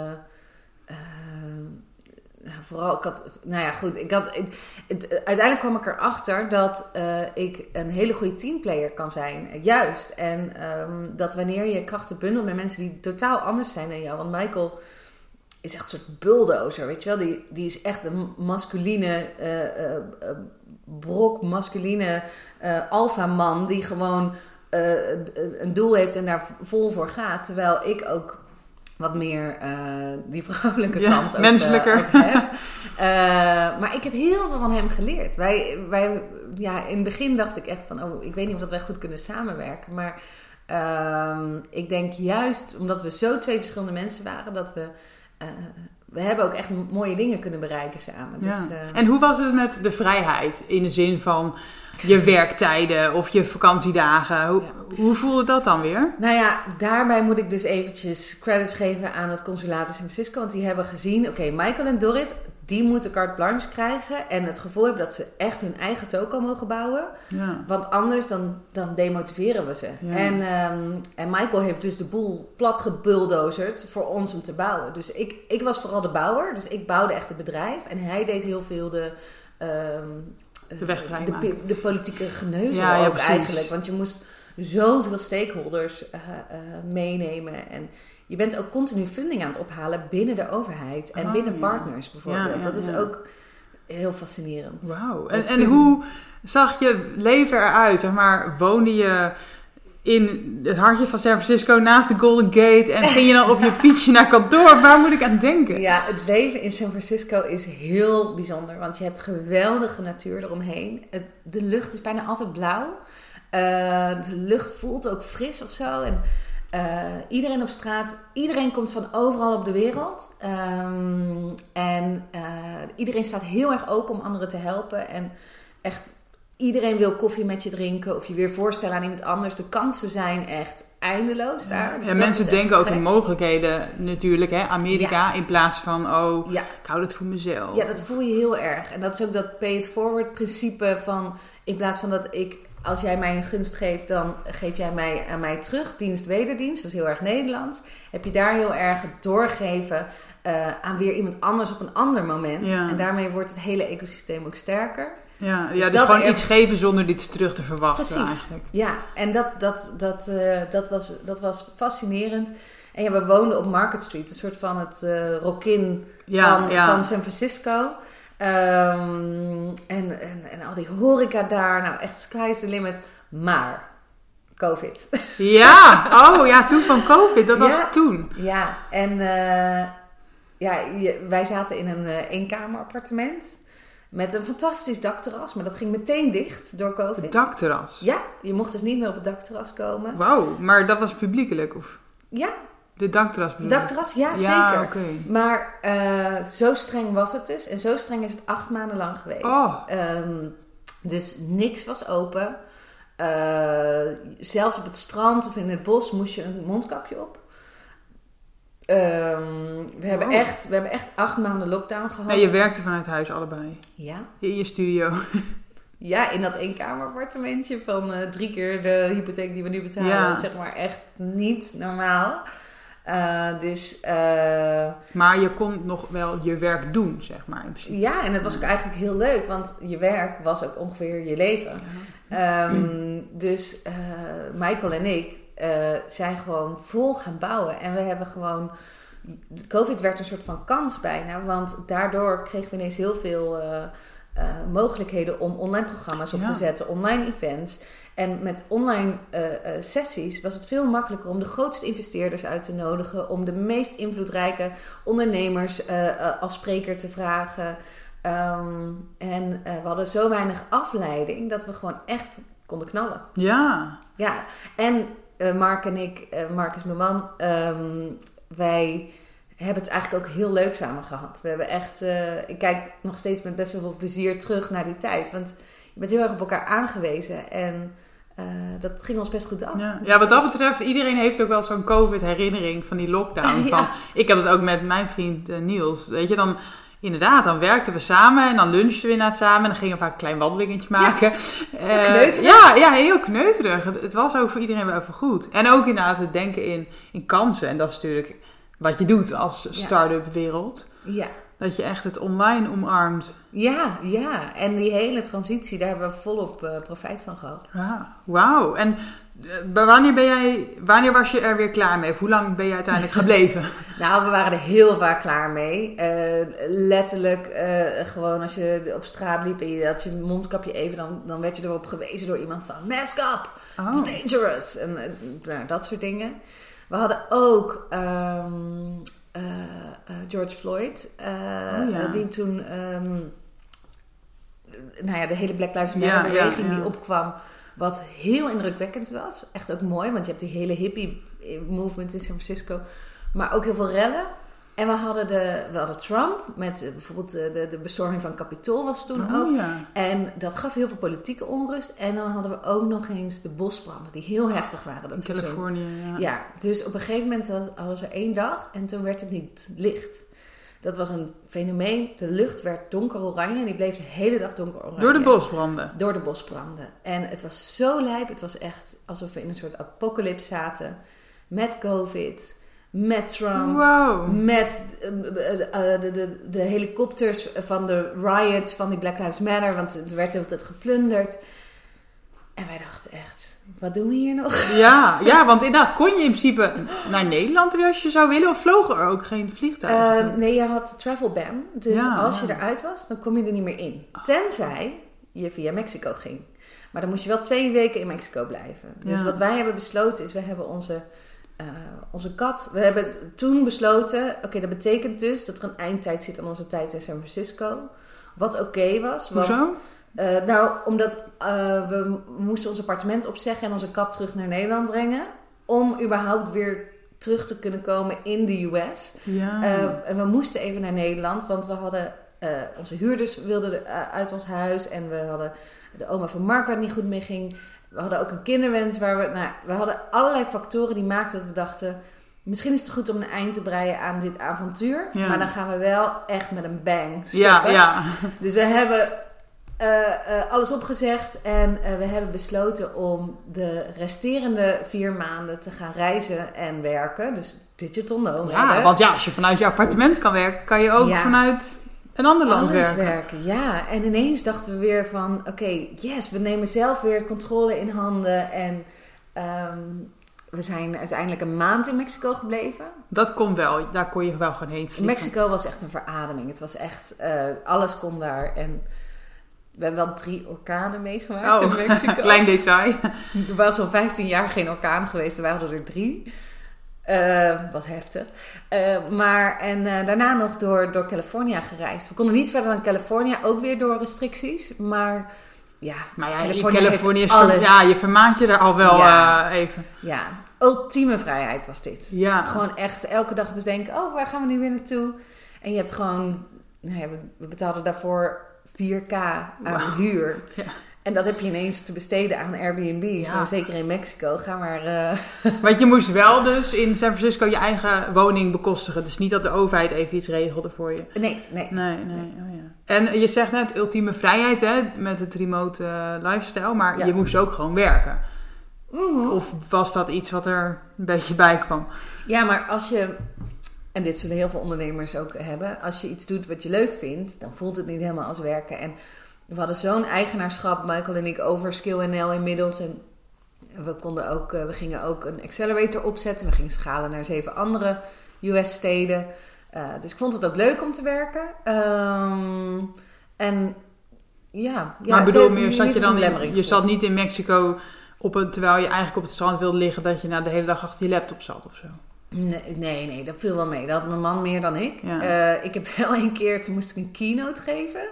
Uh, vooral, ik had, nou ja, goed. Ik had, ik, het, uiteindelijk kwam ik erachter dat uh, ik een hele goede teamplayer kan zijn. Juist. En um, dat wanneer je krachten bundelt met mensen die totaal anders zijn dan jou. Want Michael is echt een soort bulldozer, weet je wel. Die, die is echt een masculine, uh, uh, uh, brok, masculine uh, alfaman die gewoon uh, een doel heeft en daar vol voor gaat. Terwijl ik ook wat meer uh, die vrouwelijke ja, kant ook, menselijker. Uh, ook heb. Uh, maar ik heb heel veel van hem geleerd. Wij, wij, ja, in het begin dacht ik echt van, oh, ik weet niet of dat wij goed kunnen samenwerken. Maar uh, ik denk juist, omdat we zo twee verschillende mensen waren, dat we... Uh, we hebben ook echt mooie dingen kunnen bereiken samen. Dus, ja. uh, en hoe was het met de vrijheid? In de zin van je werktijden of je vakantiedagen. Hoe, ja. hoe voelde dat dan weer? Nou ja, daarbij moet ik dus eventjes credits geven aan het consulaat in San Francisco. Want die hebben gezien, oké, okay, Michael en Dorrit, die moeten carte blanche krijgen. En het gevoel hebben dat ze echt hun eigen toko mogen bouwen. Ja. Want anders dan, dan demotiveren we ze. Ja. En, um, en Michael heeft dus de boel plat gebulldozerd voor ons om te bouwen. Dus ik, ik was vooral de bouwer. Dus ik bouwde echt het bedrijf. En hij deed heel veel de... Um, de weg vrijmaken. De, de politieke geneuzel ja, ja, ook precies. eigenlijk. Want je moest zoveel stakeholders uh, uh, meenemen. En je bent ook continu funding aan het ophalen binnen de overheid. En oh, binnen ja. partners bijvoorbeeld. Ja, ja, dat is ja. ook heel fascinerend. Wauw. En, en hoe zag je leven eruit? Zeg maar, woonde je in het hartje van San Francisco naast de Golden Gate en ging je dan op je fietsje naar kantoor? Waar moet ik aan denken? Ja, het leven in San Francisco is heel bijzonder, want je hebt geweldige natuur eromheen. Het, de lucht is bijna altijd blauw. Uh, de lucht voelt ook fris of zo. En uh, iedereen op straat, iedereen komt van overal op de wereld. Um, en uh, iedereen staat heel erg open om anderen te helpen. En echt... Iedereen wil koffie met je drinken of je weer voorstellen aan iemand anders. De kansen zijn echt eindeloos daar. Dus en mensen denken ook in mogelijkheden natuurlijk. Hè? Amerika ja. in plaats van, oh, ja. ik hou dat voor mezelf. Ja, dat voel je heel erg. En dat is ook dat pay it forward principe van... In plaats van dat ik, als jij mij een gunst geeft, dan geef jij mij aan mij terug. Dienst, wederdienst. Dat is heel erg Nederlands. Heb je daar heel erg het doorgeven uh, aan weer iemand anders op een ander moment. Ja. En daarmee wordt het hele ecosysteem ook sterker. Ja, ja, dus, dus gewoon er... iets geven zonder iets terug te verwachten. Precies, eigenlijk. Ja. En dat, dat, dat, uh, dat, was, dat was fascinerend. En ja, we woonden op Market Street. Een soort van het uh, Rokin ja, van, ja. van San Francisco. Um, en, en, en al die horeca daar. Nou, echt sky's the limit. Maar... COVID. Ja, oh ja, toen kwam COVID. Dat was ja, toen. Ja, en... Uh, ja, je, wij zaten in een uh, eenkamer appartement. Met een fantastisch dakterras. Maar dat ging meteen dicht door COVID. Het dakterras? Ja, je mocht dus niet meer op het dakterras komen. Wauw, maar dat was publiekelijk? Of? Ja. De dakterras bedoel je? Dakterras, ja, ja zeker. Okay. Maar uh, zo streng was het dus. En zo streng is het acht maanden lang geweest. Oh. Um, dus niks was open. Uh, zelfs op het strand of in het bos moest je een mondkapje op. Um, we, hebben wow. echt, we hebben echt acht maanden lockdown gehad. En je werkte vanuit huis allebei? Ja. In je studio? Ja, in dat eenkamerappartementje van uh, drie keer de hypotheek die we nu betalen. Ja. Zeg maar echt niet normaal. Uh, dus, uh, maar je kon nog wel je werk doen, zeg maar. In principe. Ja, en het was ook eigenlijk heel leuk. Want je werk was ook ongeveer je leven. Ja. Um, mm. Dus uh, Michael en ik uh, zijn gewoon vol gaan bouwen. En we hebben gewoon... COVID werd een soort van kans bijna. Want daardoor kregen we ineens heel veel... Uh, Uh, mogelijkheden om online programma's op ja. te zetten, online events. En met online uh, uh, sessies was het veel makkelijker om de grootste investeerders uit te nodigen, om de meest invloedrijke ondernemers uh, uh, als spreker te vragen. Um, en uh, we hadden zo weinig afleiding dat we gewoon echt konden knallen. Ja. Ja, en uh, Mark en ik, uh, Mark is mijn man, um, wij... hebben het eigenlijk ook heel leuk samen gehad. We hebben echt... Uh, ik kijk nog steeds met best wel veel plezier terug naar die tijd. Want je bent heel erg op elkaar aangewezen. En uh, dat ging ons best goed af. Ja, ja, wat dat betreft, iedereen heeft ook wel zo'n COVID-herinnering van die lockdown. Van, ja. Ik heb het ook met mijn vriend uh, Niels. Weet je, dan... Inderdaad, dan werkten we samen en dan lunchten we inderdaad samen. En dan gingen we vaak een klein wandelingetje maken. Ja, uh, kneuterig. Ja, ja, heel kneuterig. Het, het was ook voor iedereen wel even goed. En ook inderdaad het denken in, in kansen. En dat is natuurlijk... wat je doet als start-up wereld. Ja. Dat je echt het online omarmt. Ja, ja. En die hele transitie, daar hebben we volop uh, profijt van gehad. Ja, wauw. En uh, wanneer ben jij, wanneer was je er weer klaar mee? Of hoe lang ben je uiteindelijk gebleven? Nou, we waren er heel vaak klaar mee. Uh, letterlijk, uh, gewoon als je op straat liep en je had je mondkapje even, dan, dan werd je erop gewezen door iemand van, mask up, oh. It's dangerous. En uh, nou, dat soort dingen. We hadden ook um, uh, uh, George Floyd, uh, oh, ja. die toen, um, nou ja, de hele Black Lives Matter ja, beweging ja, ja. die opkwam, wat heel indrukwekkend was. Echt ook mooi, want je hebt die hele hippie movement in San Francisco, maar ook heel veel rellen. En we hadden, de, we hadden Trump met uh, bijvoorbeeld de, de, de bestorming van Capitool was toen oh, ook. Ja. En dat gaf heel veel politieke onrust. En dan hadden we ook nog eens de bosbranden die heel heftig waren. Dat in Californië, ja. Ja, dus op een gegeven moment was, hadden ze één dag en toen werd het niet licht. Dat was een fenomeen. De lucht werd donker-oranje en die bleef de hele dag donker-oranje. Door de bosbranden? Door de bosbranden. En het was zo lijp. Het was echt alsof we in een soort apocalypse zaten. Met COVID... Met Trump, wow. met uh, uh, de, de, de helikopters van de riots van die Black Lives Matter, want het werd de hele tijd geplunderd. En wij dachten echt, wat doen we hier nog? Ja, ja, want inderdaad, kon je in principe naar Nederland als je zou willen, of vlogen er ook geen vliegtuigen? Uh, nee, je had travel ban, dus ja, als ja. je eruit was, dan kom je er niet meer in. Tenzij je via Mexico ging. Maar dan moest je wel twee weken in Mexico blijven. Dus ja. wat wij hebben besloten is, we hebben onze... Uh, onze kat, we hebben toen besloten, oké, okay, dat betekent dus dat er een eindtijd zit aan onze tijd in San Francisco. Wat oké okay was. Want, Hoezo? Uh, nou, omdat uh, we moesten ons appartement opzeggen en onze kat terug naar Nederland brengen. Om überhaupt weer terug te kunnen komen in de U S. Ja. Uh, en we moesten even naar Nederland, want we hadden, uh, onze huurders wilden er, uh, uit ons huis. En we hadden de oma van Mark waar het niet goed mee ging. We hadden ook een kinderwens waar we... Nou, we hadden allerlei factoren die maakten dat we dachten... Misschien is het goed om een eind te breien aan dit avontuur. Ja. Maar dan gaan we wel echt met een bang stoppen. Ja, ja. Dus we hebben uh, uh, alles opgezegd. En uh, we hebben besloten om de resterende vier maanden te gaan reizen en werken. Dus digital nomad. Ja, want ja, als je vanuit je appartement kan werken... kan je ook ja. vanuit... een ander land Alles werken. werken. Ja, en ineens dachten we weer van... oké, okay, yes, we nemen zelf weer de controle in handen. En um, we zijn uiteindelijk een maand in Mexico gebleven. Dat kon wel. Daar kon je wel gewoon heen vliegen. Mexico was echt een verademing. Het was echt... Uh, alles kon daar. En we hebben wel drie orkanen meegemaakt oh, in Mexico. Klein detail. Er was al vijftien jaar geen orkaan geweest. Er waren er drie. Uh, was heftig. Uh, maar en uh, daarna nog door, door California gereisd. We konden niet verder dan California, ook weer door restricties. Maar ja, maar ja, California, California heeft is alles. Ja, je vermaakt je daar al wel ja. uh, even. Ja, ultieme vrijheid was dit. Ja. Gewoon echt elke dag bedenken, oh, waar gaan we nu weer naartoe? En je hebt gewoon, nou ja, we, we betaalden daarvoor vier k aan wow. huur. Ja. En dat heb je ineens te besteden aan Airbnb. Ja. Zo, zeker in Mexico. Ga maar... Uh... Want je moest wel dus in San Francisco je eigen woning bekostigen. Dus niet dat de overheid even iets regelde voor je. Nee, nee. Nee, nee. Oh, ja. En je zegt net ultieme vrijheid, hè, met het remote uh, lifestyle. Maar ja. je moest ook gewoon werken. Mm-hmm. Of was dat iets wat er een beetje bij kwam? Ja, maar als je... En dit zullen heel veel ondernemers ook hebben. Als je iets doet wat je leuk vindt, dan voelt het niet helemaal als werken. En we hadden zo'n eigenaarschap, Michael en ik, over Skill N L inmiddels. En we, konden ook, we gingen ook een accelerator opzetten. We gingen schalen naar zeven andere U S-steden. Uh, dus ik vond het ook leuk om te werken. Um, en ja... ja maar bedoel, meer, zat je dan in, je zat niet in Mexico op een, terwijl je eigenlijk op het strand wilde liggen, dat je nou de hele dag achter je laptop zat of zo? Nee, nee, nee, dat viel wel mee. Dat had mijn man meer dan ik. Ja. Uh, ik heb wel een keer, toen moest ik een keynote geven...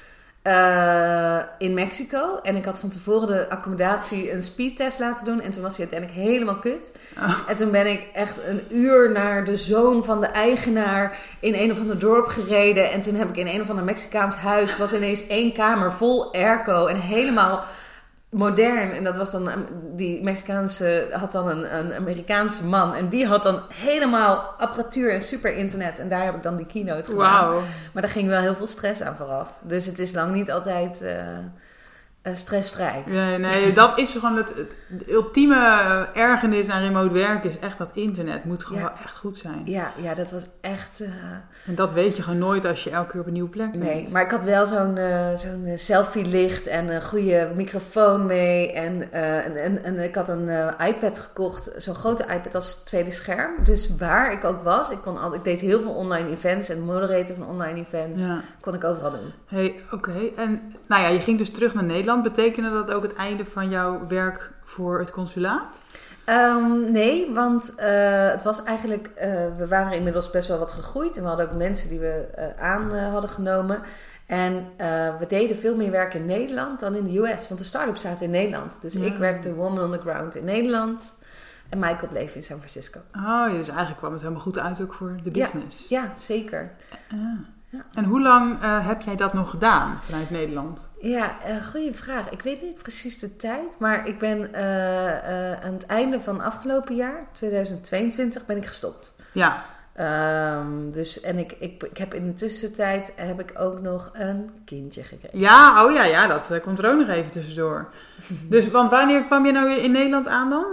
Uh, in Mexico. En ik had van tevoren de accommodatie een speedtest laten doen. En toen was hij uiteindelijk helemaal kut. Oh. En toen ben ik echt een uur naar de zoon van de eigenaar in een of ander dorp gereden. En toen heb ik in een of ander Mexicaans huis, was ineens één kamer vol airco en helemaal modern. En dat was dan, die Mexicaanse had dan een, een Amerikaanse man. En die had dan helemaal apparatuur en super internet. En daar heb ik dan die keynote gedaan. Wow. Maar daar ging wel heel veel stress aan vooraf. Dus het is lang niet altijd uh, uh, stressvrij. Nee, nee, dat is gewoon het, het, het ultieme ergernis aan remote werken. Is echt dat internet moet gewoon ja. echt goed zijn. Ja, ja, dat was echt... Uh... En dat weet je gewoon nooit als je elke keer op een nieuwe plek bent. Nee, maar ik had wel zo'n, uh, zo'n selfie-licht en een goede microfoon mee. En, uh, en, en, en ik had een uh, iPad gekocht, zo'n grote iPad als tweede scherm. Dus waar ik ook was, ik, kon al, ik deed heel veel online events en moderator van online events. Ja. Kon ik overal doen. Hey, oké. Okay. En nou ja, je ging dus terug naar Nederland. Betekende dat ook het einde van jouw werk voor het consulaat? Um, nee, want uh, het was eigenlijk... Uh, we waren inmiddels best wel wat gegroeid. En we hadden ook mensen die we uh, aan uh, hadden genomen. En uh, we deden veel meer werk in Nederland dan in de U S. Want de start-up zaten in Nederland. Dus ja. ik werkte woman on the ground in Nederland. En Michael bleef in San Francisco. Oh, dus eigenlijk kwam het helemaal goed uit ook voor de business. Ja, ja zeker. Uh. Ja. En hoe lang uh, heb jij dat nog gedaan vanuit Nederland? Ja, uh, goede vraag. Ik weet niet precies de tijd. Maar ik ben uh, uh, aan het einde van afgelopen jaar, tweeduizend tweeëntwintig, ben ik gestopt. Ja. Um, dus, en ik, ik, ik heb in de tussentijd heb ik ook nog een kindje gekregen. Ja, oh ja, ja dat uh, komt er ook nog even tussendoor. Dus, want wanneer kwam je nou weer in Nederland aan dan?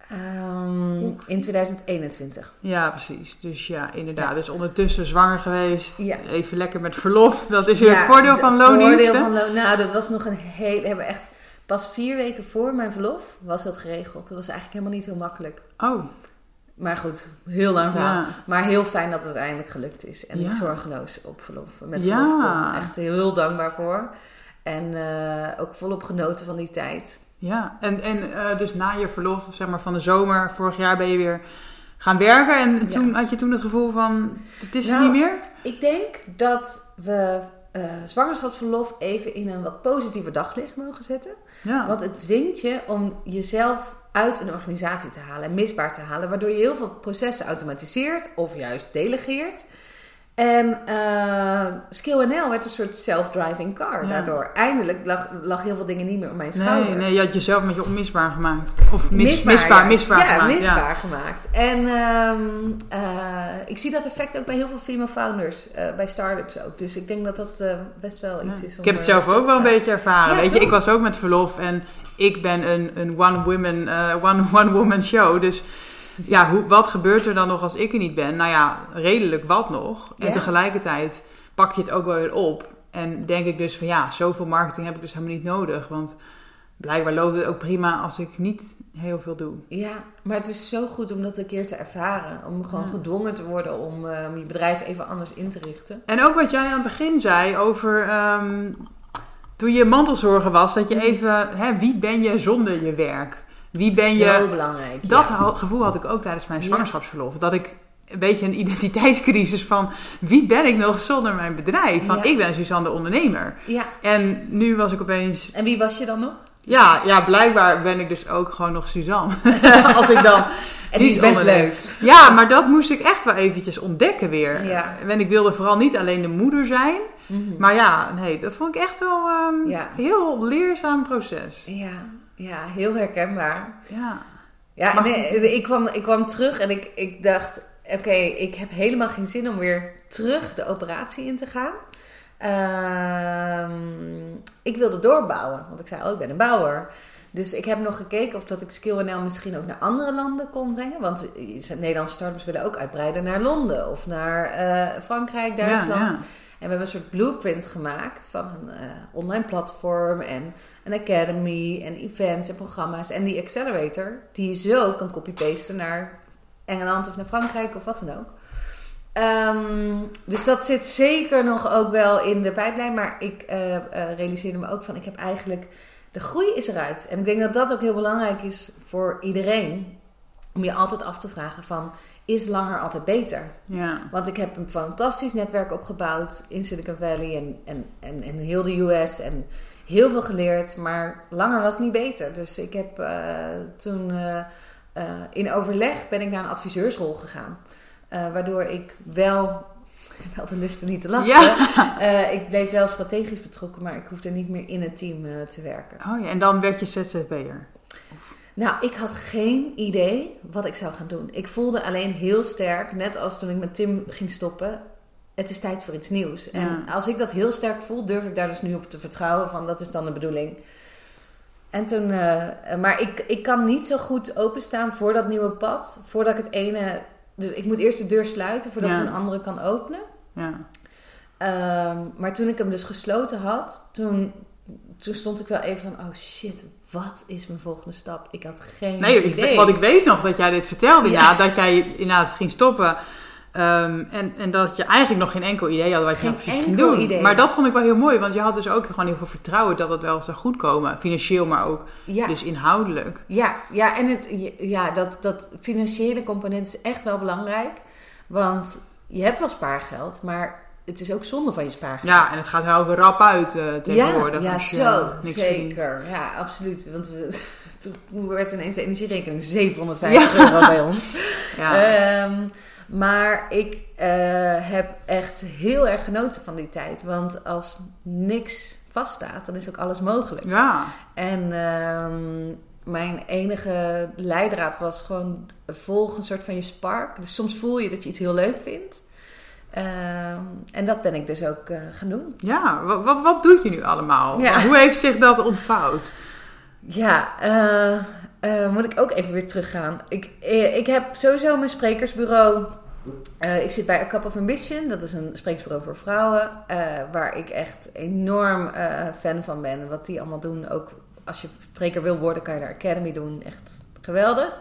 Um, in tweeduizend eenentwintig. Ja, precies. Dus ja, inderdaad. Ja. Dus ondertussen zwanger geweest. Ja. Even lekker met verlof. Dat is weer ja, het voordeel van loondiensten. Voordeel van lo- nou, dat was nog een hele... Hebben echt pas vier weken voor mijn verlof was dat geregeld. Dat was eigenlijk helemaal niet heel makkelijk. Oh. Maar goed, heel lang verhaal. Ja. Maar heel fijn dat het uiteindelijk gelukt is. En ja. ik zorgeloos op verlof. Met verlof ja. kon. Echt heel dankbaar voor. En uh, ook volop genoten van die tijd. Ja, en, en uh, dus na je verlof, zeg maar van de zomer, vorig jaar ben je weer gaan werken. En toen ja. had je toen het gevoel van, het is nou, het niet meer? Ik denk dat we uh, zwangerschapsverlof even in een wat positiever daglicht mogen zetten. Ja. Want het dwingt je om jezelf uit een organisatie te halen en misbaar te halen. Waardoor je heel veel processen automatiseert of juist delegeert. En uh, Skill N L werd een soort self-driving car. Ja. Daardoor eindelijk lag, lag heel veel dingen niet meer op mijn schouders. Nee, nee, je had jezelf met je onmisbaar gemaakt. Of mis, misbaar, misbaar, ja. misbaar ja, gemaakt. Misbaar ja, gemaakt. En um, uh, ik zie dat effect ook bij heel veel female founders. Uh, bij start-ups ook. Dus ik denk dat dat uh, best wel iets ja. is. Om, ik heb het zelf ook wel een beetje ervaren. Ja, weet je, ik was ook met verlof. En ik ben een, een one-woman, uh, one, one-woman show. Dus... Ja, hoe, wat gebeurt er dan nog als ik er niet ben? Nou ja, redelijk wat nog. En ja. tegelijkertijd pak je het ook wel weer op. En denk ik dus van ja, zoveel marketing heb ik dus helemaal niet nodig. Want blijkbaar loopt het ook prima als ik niet heel veel doe. Ja, maar het is zo goed om dat een keer te ervaren. Om gewoon ja. gedwongen te worden om uh, je bedrijf even anders in te richten. En ook wat jij aan het begin zei over... Um, toen je mantelzorger was, dat je even... Hè, wie ben je zonder je werk? Wie ben Zo je? Zo belangrijk. Dat ja. gevoel had ik ook tijdens mijn zwangerschapsverlof. Dat ik een beetje een identiteitscrisis van wie ben ik nog zonder mijn bedrijf? Van Ja. ik ben Suzanne de ondernemer. Ja. En nu was ik opeens... En wie was je dan nog? Ja, ja, blijkbaar ben ik dus ook gewoon nog Suzanne. Als ik dan En die is best leuk. Ja, maar dat moest ik echt wel eventjes ontdekken weer. Ja. En ik wilde vooral niet alleen de moeder zijn. Mm-hmm. Maar ja, nee, dat vond ik echt wel een um, ja. heel leerzaam proces. Ja, ja, heel herkenbaar. Ja. Ja, maar... nee, ik, kwam, ik kwam terug en ik, ik dacht... Oké, okay, ik heb helemaal geen zin om weer terug de operatie in te gaan. Uh, ik wilde doorbouwen, want ik zei, oh, ik ben een bouwer. Dus ik heb nog gekeken of dat ik Skill N L misschien ook naar andere landen kon brengen. Want Nederlandse startups willen ook uitbreiden naar Londen of naar uh, Frankrijk, Duitsland. Ja, ja. En we hebben een soort blueprint gemaakt van een uh, online platform en een academy en events en programma's. En die accelerator die je zo kan copy-pasten naar Engeland of naar Frankrijk of wat dan ook. Um, dus dat zit zeker nog ook wel in de pijplijn. Maar ik uh, uh, realiseerde me ook van, ik heb eigenlijk... De groei is eruit. En ik denk dat dat ook heel belangrijk is voor iedereen. Om je altijd af te vragen van, is langer altijd beter? Ja. Want ik heb een fantastisch netwerk opgebouwd in Silicon Valley en, en, en, en heel de U S. En heel veel geleerd, maar langer was niet beter. Dus ik heb uh, toen uh, uh, in overleg ben ik naar een adviseursrol gegaan. Uh, waardoor ik wel, wel de lusten niet te lasten. Ja. Uh, ik bleef wel strategisch betrokken, maar ik hoefde niet meer in het team uh, te werken. Oh ja, en dan werd je Z Z P'er? Nou, ik had geen idee wat ik zou gaan doen. Ik voelde alleen heel sterk, net als toen ik met Tim ging stoppen, het is tijd voor iets nieuws. En ja. als ik dat heel sterk voel, durf ik daar dus nu op te vertrouwen van, dat is dan de bedoeling. En toen, uh, maar ik, ik kan niet zo goed openstaan voor dat nieuwe pad, voordat ik het ene... Dus ik moet eerst de deur sluiten voordat ja. ik een andere kan openen. Ja. Um, maar toen ik hem dus gesloten had, toen, toen stond ik wel even van, oh shit, wat is mijn volgende stap? Ik had geen nee, idee. Ik, want ik weet nog dat jij dit vertelde, ja. Ja. Dat jij inderdaad ging stoppen. Um, en, en dat je eigenlijk nog geen enkel idee had wat geen je nou precies ging doen. Idee. Maar dat vond ik wel heel mooi, want je had dus ook gewoon heel veel vertrouwen dat het wel zou goed komen. Financieel, maar ook ja. dus inhoudelijk. Ja, ja en het, ja, dat, dat financiële component is echt wel belangrijk. Want je hebt wel spaargeld, maar het is ook zonde van je spaargeld. Ja, en het gaat heel rap uit uh, tegenwoordig. Ja, ja als je zo, niks zeker. verdient. Ja, absoluut. Want we, toen werd ineens de energierekening zevenhonderdvijftig ja. euro bij ons. Ja. Um, Maar ik uh, heb echt heel erg genoten van die tijd. Want als niks vaststaat, dan is ook alles mogelijk. Ja. En uh, mijn enige leidraad was gewoon volg een soort van je spark. Dus soms voel je dat je iets heel leuk vindt. Uh, en dat ben ik dus ook uh, gaan doen. Ja, wat, wat, wat doe je nu allemaal? Ja. Hoe heeft zich dat ontvouwd? Ja, uh, uh, moet ik ook even weer teruggaan. Ik, uh, ik heb sowieso mijn sprekersbureau. Uh, ik zit bij A Cup of Ambition. Dat is een sprekersbureau voor vrouwen. Uh, waar ik echt enorm uh, fan van ben. Wat die allemaal doen. Ook als je spreker wil worden, kan je daar Academy doen. Echt geweldig.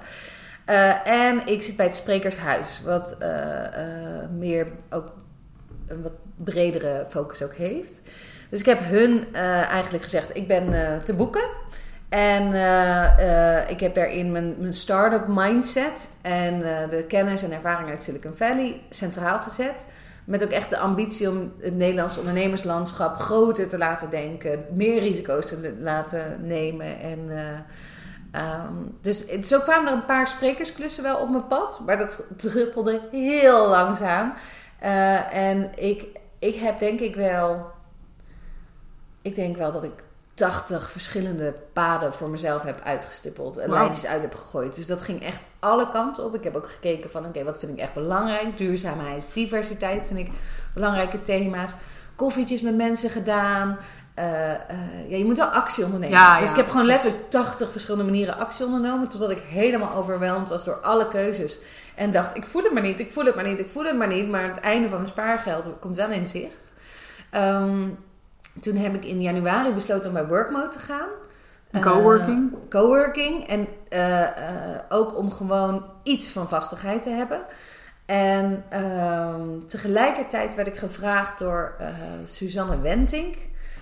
Uh, en ik zit bij het Sprekershuis. Wat uh, uh, meer ook een wat bredere focus ook heeft. Dus ik heb hun uh, eigenlijk gezegd, ik ben uh, te boeken. En uh, uh, ik heb daarin mijn, mijn start-up mindset en uh, de kennis en ervaring uit Silicon Valley centraal gezet. Met ook echt de ambitie om het Nederlandse ondernemerslandschap groter te laten denken. Meer risico's te laten nemen. En, uh, um, dus zo kwamen er een paar sprekersklussen wel op mijn pad. Maar dat druppelde heel langzaam. Uh, en ik, ik heb denk ik wel... Ik denk wel dat ik tachtig verschillende paden voor mezelf heb uitgestippeld. En wow. lijntjes uit heb gegooid. Dus dat ging echt alle kanten op. Ik heb ook gekeken van, oké, okay, wat vind ik echt belangrijk? Duurzaamheid, diversiteit vind ik belangrijke thema's. Koffietjes met mensen gedaan. Uh, uh, ja, je moet wel actie ondernemen. Ja, dus ja, ik heb gewoon letterlijk tachtig verschillende manieren actie ondernomen. Totdat ik helemaal overweldigd was door alle keuzes. En dacht, ik voel het maar niet, ik voel het maar niet, ik voel het maar niet. Maar het einde van mijn spaargeld komt wel in zicht. Um, Toen heb ik in januari besloten om bij Workmode te gaan. Coworking? Uh, coworking. En uh, uh, ook om gewoon iets van vastigheid te hebben. En uh, tegelijkertijd werd ik gevraagd door uh, Suzanne Wentink.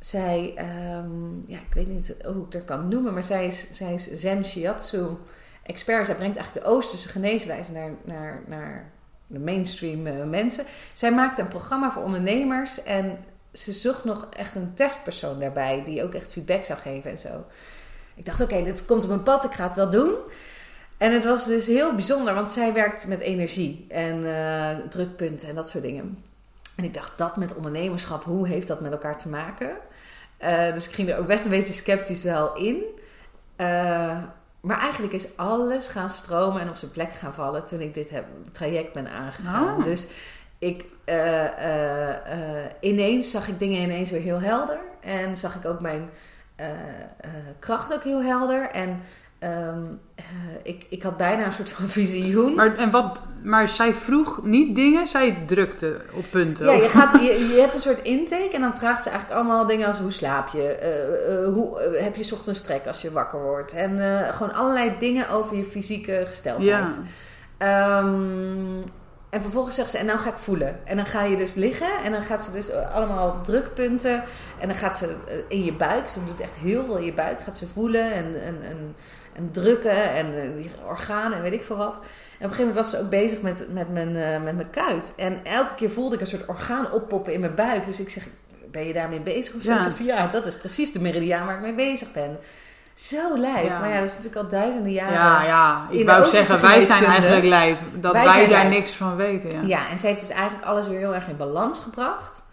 zij, um, ja, ik weet niet hoe ik het kan noemen, maar zij is, zij is Zen Shiatsu expert. Zij brengt eigenlijk de Oosterse geneeswijze naar, naar, naar de mainstream uh, mensen. Zij maakte een programma voor ondernemers en ze zocht nog echt een testpersoon daarbij die ook echt feedback zou geven en zo. Ik dacht, oké, okay, dit komt op mijn pad, ik ga het wel doen. En het was dus heel bijzonder, want zij werkt met energie en uh, drukpunten en dat soort dingen. En ik dacht, dat met ondernemerschap, hoe heeft dat met elkaar te maken? Uh, dus ik ging er ook best een beetje sceptisch wel in. Uh, maar eigenlijk is alles gaan stromen en op zijn plek gaan vallen toen ik dit heb, traject ben aangegaan. Oh. Dus ik, uh, uh, uh, ineens zag ik dingen ineens weer heel helder. En zag ik ook mijn uh, uh, kracht ook heel helder. En um, uh, ik, ik had bijna een soort van visioen. Maar, en wat, maar zij vroeg niet dingen, zij drukte op punten. Ja, je, gaat, je, je hebt een soort intake en dan vraagt ze eigenlijk allemaal dingen als hoe slaap je? Uh, uh, hoe uh, heb je 's ochtends trek als je wakker wordt? En uh, gewoon allerlei dingen over je fysieke gesteldheid. Ja. Um, En vervolgens zegt ze, en nou ga ik voelen. En dan ga je dus liggen en dan gaat ze dus allemaal drukpunten. En dan gaat ze in je buik, ze doet echt heel veel in je buik. Gaat ze voelen en, en, en, en drukken en die organen en weet ik veel wat. En op een gegeven moment was ze ook bezig met, met, mijn, uh, met mijn kuit. En elke keer voelde ik een soort orgaan oppoppen in mijn buik. Dus ik zeg, ben je daarmee bezig? Of zo? Ja. Ze zegt, ja, dat is precies de meridiaan waar ik mee bezig ben. Zo lijp. Ja. Maar ja, dat is natuurlijk al duizenden jaren. Ja, ja. Ik wou zeggen, wij zijn eigenlijk lijp. Dat wij, wij daar lijp. niks van weten. Ja. ja, en ze heeft dus eigenlijk alles weer heel erg in balans gebracht.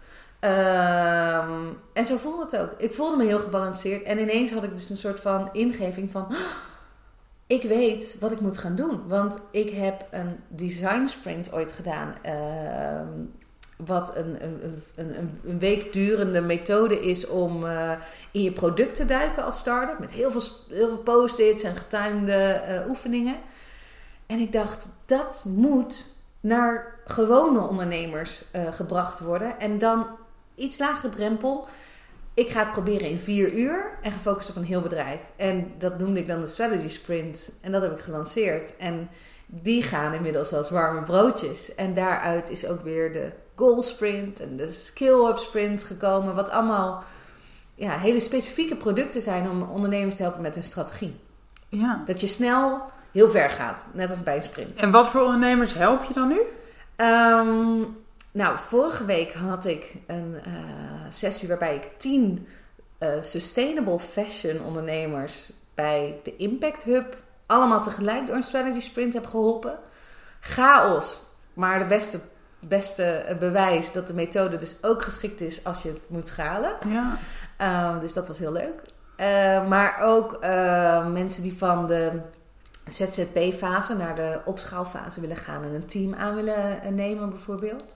Um, en zo voelde het ook. Ik voelde me heel gebalanceerd. En ineens had ik dus een soort van ingeving van... Oh, ik weet wat ik moet gaan doen. Want ik heb een design sprint ooit gedaan... Uh, wat een, een, een, een week durende methode is om uh, in je product te duiken als start-up. Met heel veel, heel veel post-its en getimede uh, oefeningen. En ik dacht, dat moet naar gewone ondernemers uh, gebracht worden. En dan iets lager drempel. Ik ga het proberen in vier uur en gefocust op een heel bedrijf. En dat noemde ik dan de Strategy Sprint. En dat heb ik gelanceerd. En die gaan inmiddels als warme broodjes. En daaruit is ook weer de Goal Sprint en de Skill Up Sprint gekomen. Wat allemaal ja, hele specifieke producten zijn om ondernemers te helpen met hun strategie. Ja. Dat je snel heel ver gaat, net als bij een sprint. En wat voor ondernemers help je dan nu? Um, nou, vorige week had ik een uh, sessie waarbij ik tien uh, sustainable fashion ondernemers bij de Impact Hub allemaal tegelijk door een strategy sprint heb geholpen. Chaos, maar de beste, beste bewijs dat de methode dus ook geschikt is als je het moet schalen. Ja. Uh, dus dat was heel leuk. Uh, maar ook uh, mensen die van de Z Z P-fase naar de opschaalfase willen gaan en een team aan willen nemen bijvoorbeeld.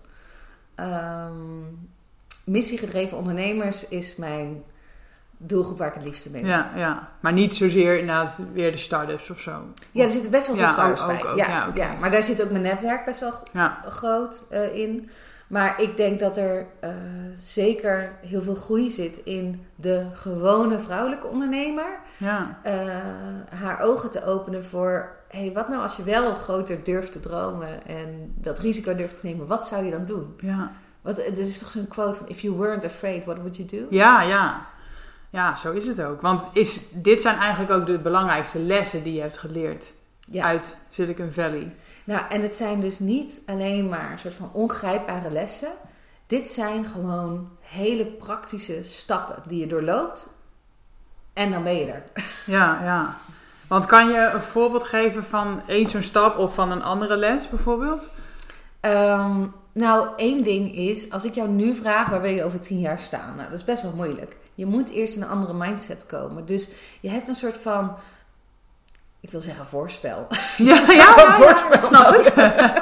Um, missiegedreven ondernemers is mijn doelgroep waar ik het liefste ben. Ja, ja, maar niet zozeer inderdaad weer de start-ups of zo. Ja, er zitten best wel veel ja, start-ups ook, bij. Ook, ook, ja, ja, okay. ja, maar daar zit ook mijn netwerk best wel ja. groot uh, in. Maar ik denk dat er uh, zeker heel veel groei zit in de gewone vrouwelijke ondernemer. Ja. Uh, haar ogen te openen voor... Hey, wat nou als je wel groter durft te dromen en dat risico durft te nemen? Wat zou je dan doen? Ja. Wat, dit is toch zo'n quote van... If you weren't afraid, what would you do? Ja, ja. Ja, zo is het ook. Want is, dit zijn eigenlijk ook de belangrijkste lessen die je hebt geleerd ja. uit Silicon Valley. Nou, en het zijn dus niet alleen maar een soort van ongrijpbare lessen. Dit zijn gewoon hele praktische stappen die je doorloopt. En dan ben je er. Ja, ja. Want kan je een voorbeeld geven van één zo'n stap of van een andere les bijvoorbeeld? Um, nou, één ding is, als ik jou nu vraag, waar wil je over tien jaar staan? Nou, dat is best wel moeilijk. Je moet eerst in een andere mindset komen. Dus je hebt een soort van... Ik wil zeggen voorspel. Ja, ja, ja, ja, voorspel. Ja, snap het.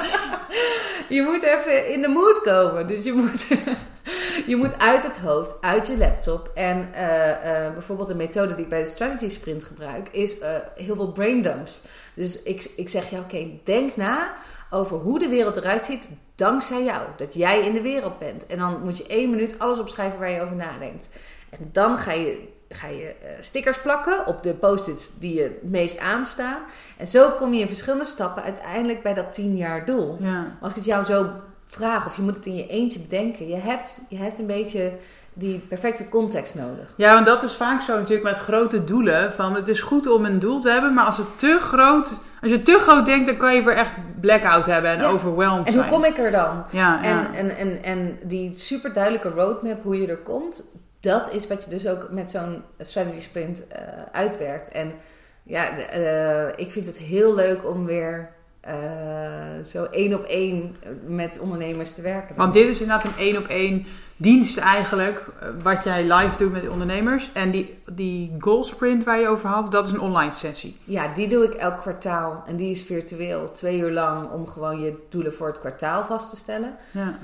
Je moet even in de mood komen. Dus je moet, je moet uit het hoofd, uit je laptop. En uh, uh, bijvoorbeeld een methode die ik bij de Strategy Sprint gebruik... is uh, heel veel brain dumps. Dus ik, ik zeg je, oké, okay, denk na over hoe de wereld eruit ziet... dankzij jou, dat jij in de wereld bent. En dan moet je één minuut alles opschrijven waar je over nadenkt. En dan ga je... ga je uh, stickers plakken op de post-its die je het meest aanstaan. En zo kom je in verschillende stappen uiteindelijk bij dat tien jaar doel. Ja. Als ik het jou zo vragen of je moet het in je eentje bedenken. Je hebt, je hebt een beetje die perfecte context nodig. Ja, want dat is vaak zo natuurlijk met grote doelen. Van het is goed om een doel te hebben, maar als het te groot, als je te groot denkt, dan kan je weer echt blackout hebben en ja. overwhelmed zijn. En hoe kom ik er dan? Ja, en, ja. En, en, en die super duidelijke roadmap, hoe je er komt, dat is wat je dus ook met zo'n strategy sprint uh, uitwerkt. En ja, uh, ik vind het heel leuk om weer uh, zo één op één met ondernemers te werken. Want dit is inderdaad een één op één dienst eigenlijk, wat jij live doet met de ondernemers. En die, die goal sprint waar je over had, dat is een online sessie. Ja, die doe ik elk kwartaal. En die is virtueel, twee uur lang, om gewoon je doelen voor het kwartaal vast te stellen. Ja.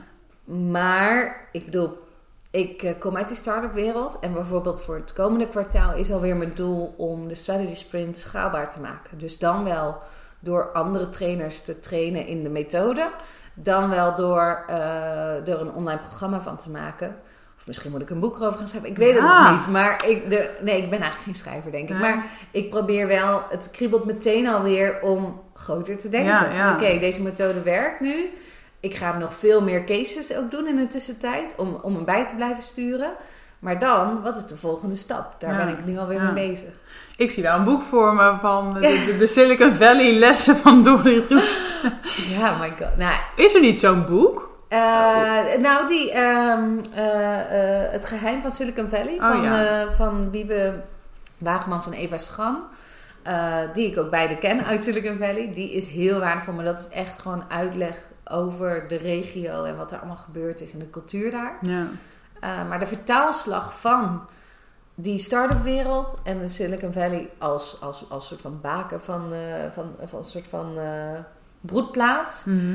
Maar, ik bedoel, ik kom uit die start-up wereld. En bijvoorbeeld voor het komende kwartaal is alweer mijn doel om de strategy sprint schaalbaar te maken. Dus dan wel door andere trainers te trainen in de methode. Dan wel door, uh, door een online programma van te maken. Of misschien moet ik een boek erover gaan schrijven. Ik weet het ja. nog niet. Maar ik, de, nee, ik ben eigenlijk geen schrijver, denk ik. Ja. Maar ik probeer wel, het kriebelt meteen alweer om groter te denken. Ja, ja. Oké, okay, deze methode werkt nu. Ik ga nog veel meer cases ook doen in de tussentijd. Om, om hem bij te blijven sturen. Maar dan, wat is de volgende stap? Daar ja. ben ik nu alweer ja. mee bezig. Ik zie wel een boek voor me van de, de, de Silicon Valley lessen van Dorit Roest. Ja, my god. Nou, is er niet zo'n boek? Uh, nou, die, um, uh, uh, Het Geheim van Silicon Valley van, oh, ja. uh, van Wiebe Wagemans en Eva Schram. Uh, die ik ook beide ken uit Silicon Valley. Die is heel waardevol, maar dat is echt gewoon uitleg over de regio en wat er allemaal gebeurd is en de cultuur daar. Ja. Uh, maar de vertaalslag van die start-up wereld en de Silicon Valley als, als, als soort van baken van, uh, van, van een soort van uh, broedplaats. Mm-hmm.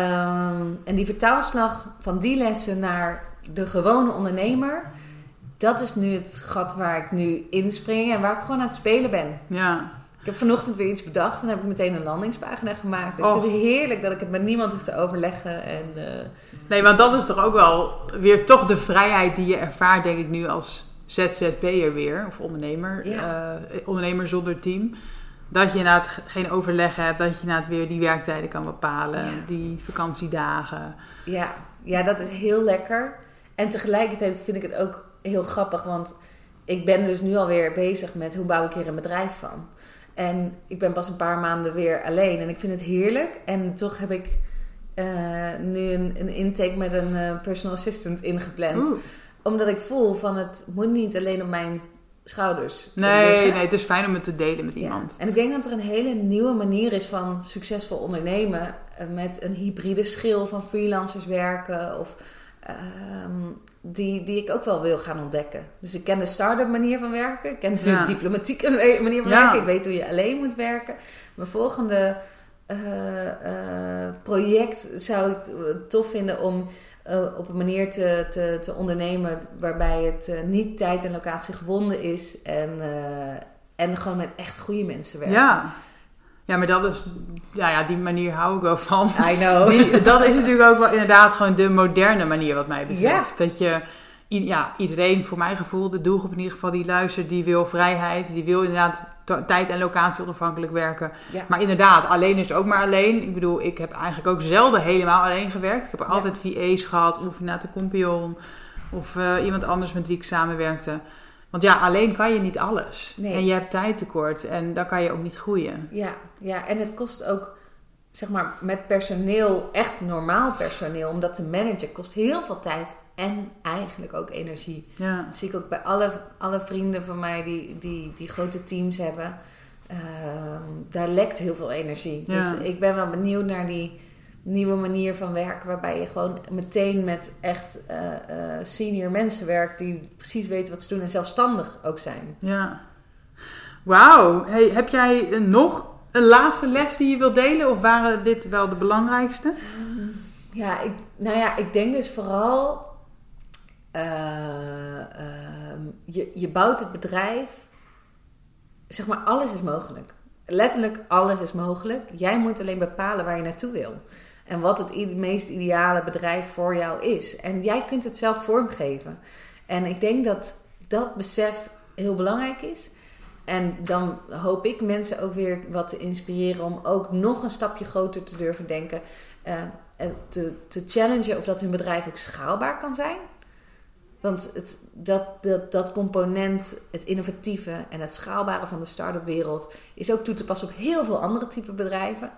Um, en die vertaalslag van die lessen naar de gewone ondernemer, dat is nu het gat waar ik nu inspring en waar ik gewoon aan het spelen ben. Ja. Ik heb vanochtend weer iets bedacht en heb ik meteen een landingspagina gemaakt. Ik oh. vind het heerlijk dat ik het met niemand hoef te overleggen. En, uh... Nee, want dat is toch ook wel weer toch de vrijheid die je ervaart, denk ik nu als Z Z P'er weer, of ondernemer, ja. uh, ondernemer zonder team. Dat je inderdaad geen overleg hebt, dat je inderdaad weer die werktijden kan bepalen, ja. die vakantiedagen. Ja. ja, dat is heel lekker. En tegelijkertijd vind ik het ook heel grappig, want ik ben dus nu alweer bezig met hoe bouw ik hier een bedrijf van. En ik ben pas een paar maanden weer alleen en ik vind het heerlijk. En toch heb ik uh, nu een, een intake met een uh, personal assistant ingepland. Oeh. Omdat ik voel van het moet niet alleen op mijn schouders Nee, liggen. nee, het is fijn om het te delen met iemand. Ja. En ik denk dat er een hele nieuwe manier is van succesvol ondernemen. Uh, met een hybride schil van freelancers werken. Of um, die, die ik ook wel wil gaan ontdekken. Dus ik ken de start-up manier van werken. Ik ken de ja. diplomatieke manier van ja. werken. Ik weet hoe je alleen moet werken. Mijn volgende uh, uh, project zou ik tof vinden om uh, op een manier te, te, te ondernemen waarbij het uh, niet tijd en locatie gebonden is. En, uh, en gewoon met echt goede mensen werken. Ja. Ja, maar dat is, ja, ja, die manier hou ik wel van. I know. Die, dat is natuurlijk ook wel inderdaad gewoon de moderne manier wat mij betreft. Ja. Dat je, ja, iedereen, voor mijn gevoel, de doelgroep in ieder geval die luistert, die wil vrijheid. Die wil inderdaad t- tijd en locatie onafhankelijk werken. Ja. Maar inderdaad, alleen is ook maar alleen. Ik bedoel, ik heb eigenlijk ook zelden helemaal alleen gewerkt. Ik heb Ja. altijd V A's gehad, of inderdaad een compagnon, of uh, iemand anders met wie ik samenwerkte. Want ja, alleen kan je niet alles. Nee. En je hebt tijdtekort en dan kan je ook niet groeien. Ja, ja, en het kost ook, zeg maar, met personeel, echt normaal personeel, om dat te managen, kost heel veel tijd en eigenlijk ook energie. Ja. Dat zie ik ook bij alle, alle vrienden van mij die, die, die grote teams hebben. Uh, daar lekt heel veel energie. Ja. Dus ik ben wel benieuwd naar die nieuwe manier van werken, waarbij je gewoon meteen met echt uh, uh, senior mensen werkt die precies weten wat ze doen en zelfstandig ook zijn. Ja. Wauw. Hey, heb jij nog een laatste les die je wilt delen? Of waren dit wel de belangrijkste? Ja, ik, nou ja, ik denk dus vooral uh, uh, je, je bouwt het bedrijf, zeg maar, alles is mogelijk. Letterlijk alles is mogelijk. Jij moet alleen bepalen waar je naartoe wil. En wat het i- meest ideale bedrijf voor jou is. En jij kunt het zelf vormgeven. En ik denk dat dat besef heel belangrijk is. En dan hoop ik mensen ook weer wat te inspireren om ook nog een stapje groter te durven denken. Uh, te, te challengen of dat hun bedrijf ook schaalbaar kan zijn. Want het, dat, dat, dat component, het innovatieve en het schaalbare van de start-up wereld is ook toe te passen op heel veel andere type bedrijven.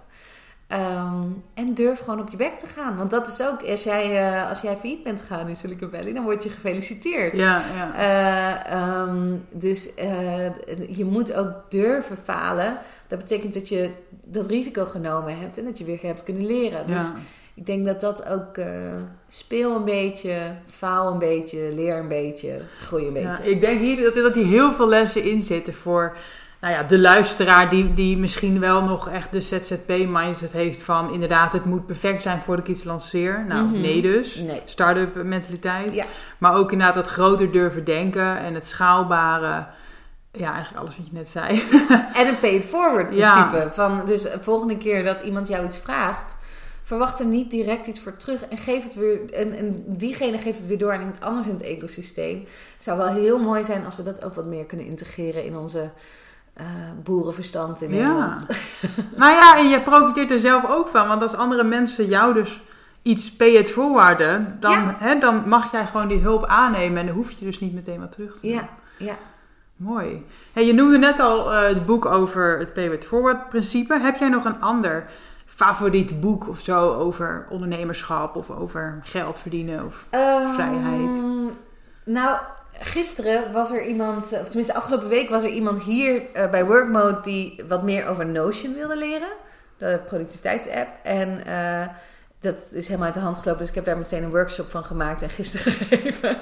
Um, en durf gewoon op je bek te gaan. Want dat is ook, als jij, uh, als jij failliet bent gegaan in Silicon Valley, dan word je gefeliciteerd. Ja, ja. Uh, um, dus uh, je moet ook durven falen. Dat betekent dat je dat risico genomen hebt en dat je weer hebt kunnen leren. Dus Ja. ik denk dat dat ook uh, speel een beetje, faal een beetje, leer een beetje, groei een beetje. Ja, ik denk hier dat, dat hier heel veel lessen in zitten voor nou ja, de luisteraar die, die misschien wel nog echt de Z Z P-mindset heeft van inderdaad, het moet perfect zijn voordat ik iets lanceer. Nou, Mm-hmm. nee dus. Nee. Start-up mentaliteit. Ja. Maar ook inderdaad dat groter durven denken en het schaalbare. Ja, eigenlijk alles wat je net zei. En een pay-it-forward principe. Ja. Van, dus de volgende keer dat iemand jou iets vraagt, verwacht er niet direct iets voor terug. En geef het weer. En, en diegene geeft het weer door aan iemand anders in het ecosysteem. Het zou wel heel mooi zijn als we dat ook wat meer kunnen integreren in onze uh, boerenverstand in Ja. Nederland. Nou ja, en je profiteert er zelf ook van. Want als andere mensen jou dus iets pay it forwarden, dan, Ja. hè, dan mag jij gewoon die hulp aannemen. En dan hoef je dus niet meteen wat terug te doen. Ja, ja. Mooi. Hey, je noemde net al uh, het boek over het pay it forward principe. Heb jij nog een ander favoriet boek of zo over ondernemerschap of over geld verdienen of Um, vrijheid? Nou, gisteren was er iemand, of tenminste afgelopen week was er iemand hier uh, bij Workmode die wat meer over Notion wilde leren. De productiviteitsapp. En uh, dat is helemaal uit de hand gelopen. Dus ik heb daar meteen een workshop van gemaakt en gisteren gegeven.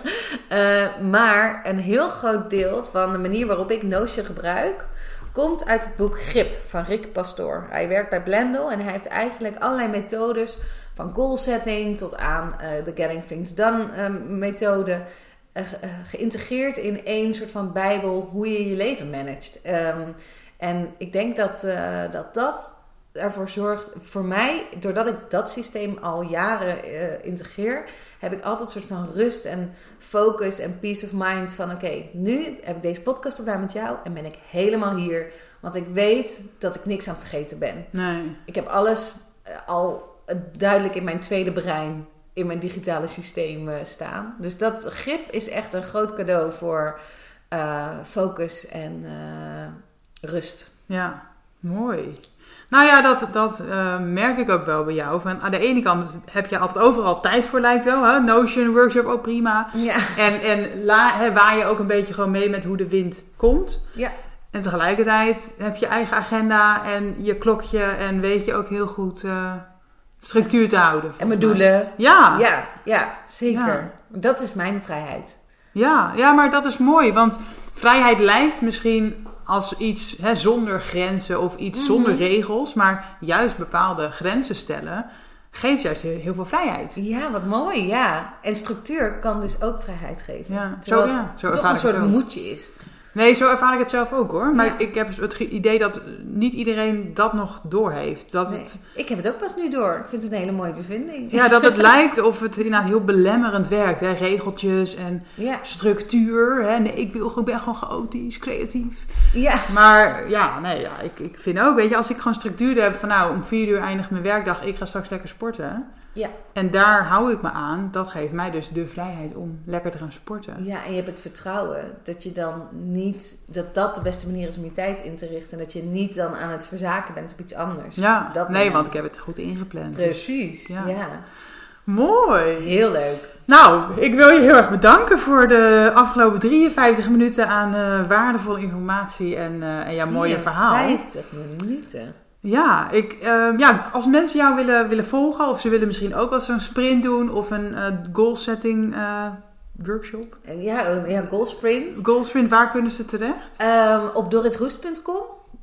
Uh, maar een heel groot deel van de manier waarop ik Notion gebruik komt uit het boek Grip van Rick Pastoor. Hij werkt bij Blendle en hij heeft eigenlijk allerlei methodes van goal setting tot aan uh, de Getting Things Done uh, methode uh, uh, geïntegreerd in één soort van bijbel hoe je je leven managt. Um, en ik denk dat uh, dat, dat ervoor zorgt, voor mij, doordat ik dat systeem al jaren uh, integreer, heb ik altijd een soort van rust en focus en peace of mind van oké, okay, nu heb ik deze podcast opgedaan met jou en ben ik helemaal hier. Want ik weet dat ik niks aan het vergeten ben. Nee. Ik heb alles uh, al uh, duidelijk in mijn tweede brein, in mijn digitale systeem uh, staan. Dus dat grip is echt een groot cadeau voor uh, focus en uh, rust. Ja, mooi. Nou ja, dat, dat uh, merk ik ook wel bij jou. Van, aan de ene kant heb je altijd overal tijd voor, lijkt wel. Hè? Notion, workshop, ook prima. Ja. En, en la, hè, waai je ook een beetje gewoon mee met hoe de wind komt. Ja. En tegelijkertijd heb je eigen agenda en je klokje. En weet je ook heel goed uh, structuur te houden. En mijn doelen. Ja. Ja, ja, zeker. Ja. Dat is mijn vrijheid. Ja, ja, maar dat is mooi. Want vrijheid lijkt misschien als iets hè, zonder grenzen of iets mm-hmm. zonder regels. Maar juist bepaalde grenzen stellen geeft juist heel veel vrijheid. Ja, wat mooi, ja. En structuur kan dus ook vrijheid geven. Ja, Terwijl zo, ja, zo het toch ervaar een ik soort het ook. moedje is. Nee, zo ervaar ik het zelf ook hoor. Maar Ja. ik heb het idee dat niet iedereen dat nog doorheeft. Dat Nee. het, Ik heb het ook pas nu door. Ik vind het een hele mooie bevinding. ja, dat het lijkt of het inderdaad heel belemmerend werkt. Hè? Regeltjes en Ja. structuur. Hè? Nee, ik, wil, ik ben gewoon chaotisch, creatief. Ja. Maar ja, nee, ja ik, ik vind ook, weet je, als ik gewoon structuur heb van nou, om vier uur eindigt mijn werkdag, ik ga straks lekker sporten. Ja. En daar hou ik me aan. Dat geeft mij dus de vrijheid om lekker te gaan sporten. Ja, en je hebt het vertrouwen dat je dan niet, dat dat de beste manier is om je tijd in te richten. En dat je niet dan aan het verzaken bent op iets anders. Ja, dat nee, want ik heb het goed ingepland. Precies, Ja. ja. Mooi. Heel leuk. Nou, ik wil je heel erg bedanken voor de afgelopen drieënvijftig minuten aan uh, waardevolle informatie en, uh, en jouw mooie verhaal. vijftig minuten. Ja, ik, uh, ja, als mensen jou willen, willen volgen of ze willen misschien ook wel zo'n sprint doen of een uh, goal setting uh, workshop. Ja, ja, goal sprint. Goal sprint, waar kunnen ze terecht? Um, op doritroest punt com.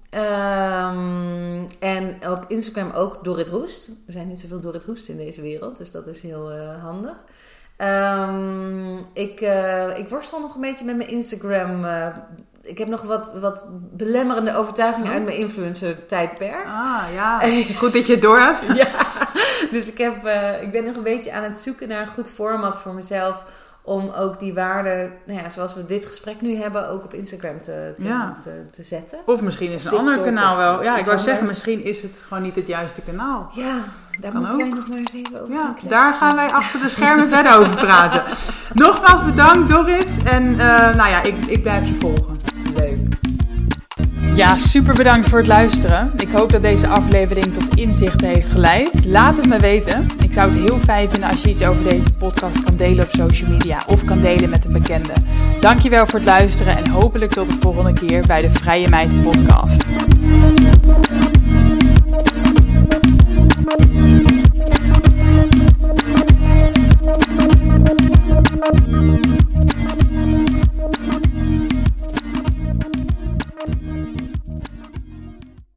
Um, en op Instagram ook Dorrit Roest. Er zijn niet zoveel Dorrit Roest in deze wereld, dus dat is heel uh, handig. Um, ik, uh, ik worstel nog een beetje met mijn Instagram. Uh, ik heb nog wat, wat belemmerende overtuigingen oh. uit mijn influencer tijdperk. Ah ja, goed dat je het door hebt. Ja, dus ik, heb, uh, ik ben nog een beetje aan het zoeken naar een goed format voor mezelf om ook die waarden, nou ja, zoals we dit gesprek nu hebben, ook op Instagram te, te, ja. te, te zetten. Of misschien is Of een ander TikTok kanaal wel. Ja, ik wou anders. zeggen, misschien is het gewoon niet het juiste kanaal. Ja, daar Kan moeten wij ook. nog maar eens even over Ja, gaan kletsen. daar gaan wij achter de schermen verder over praten. Nogmaals bedankt, Dorrit. En uh, nou ja, ik, ik blijf je volgen. Leuk. Ja, super bedankt voor het luisteren. Ik hoop dat deze aflevering tot inzichten heeft geleid. Laat het me weten. Ik zou het heel fijn vinden als je iets over deze podcast kan delen op social media of kan delen met een bekende. Dankjewel voor het luisteren en hopelijk tot de volgende keer bij de Vrije Meid podcast. Thank you.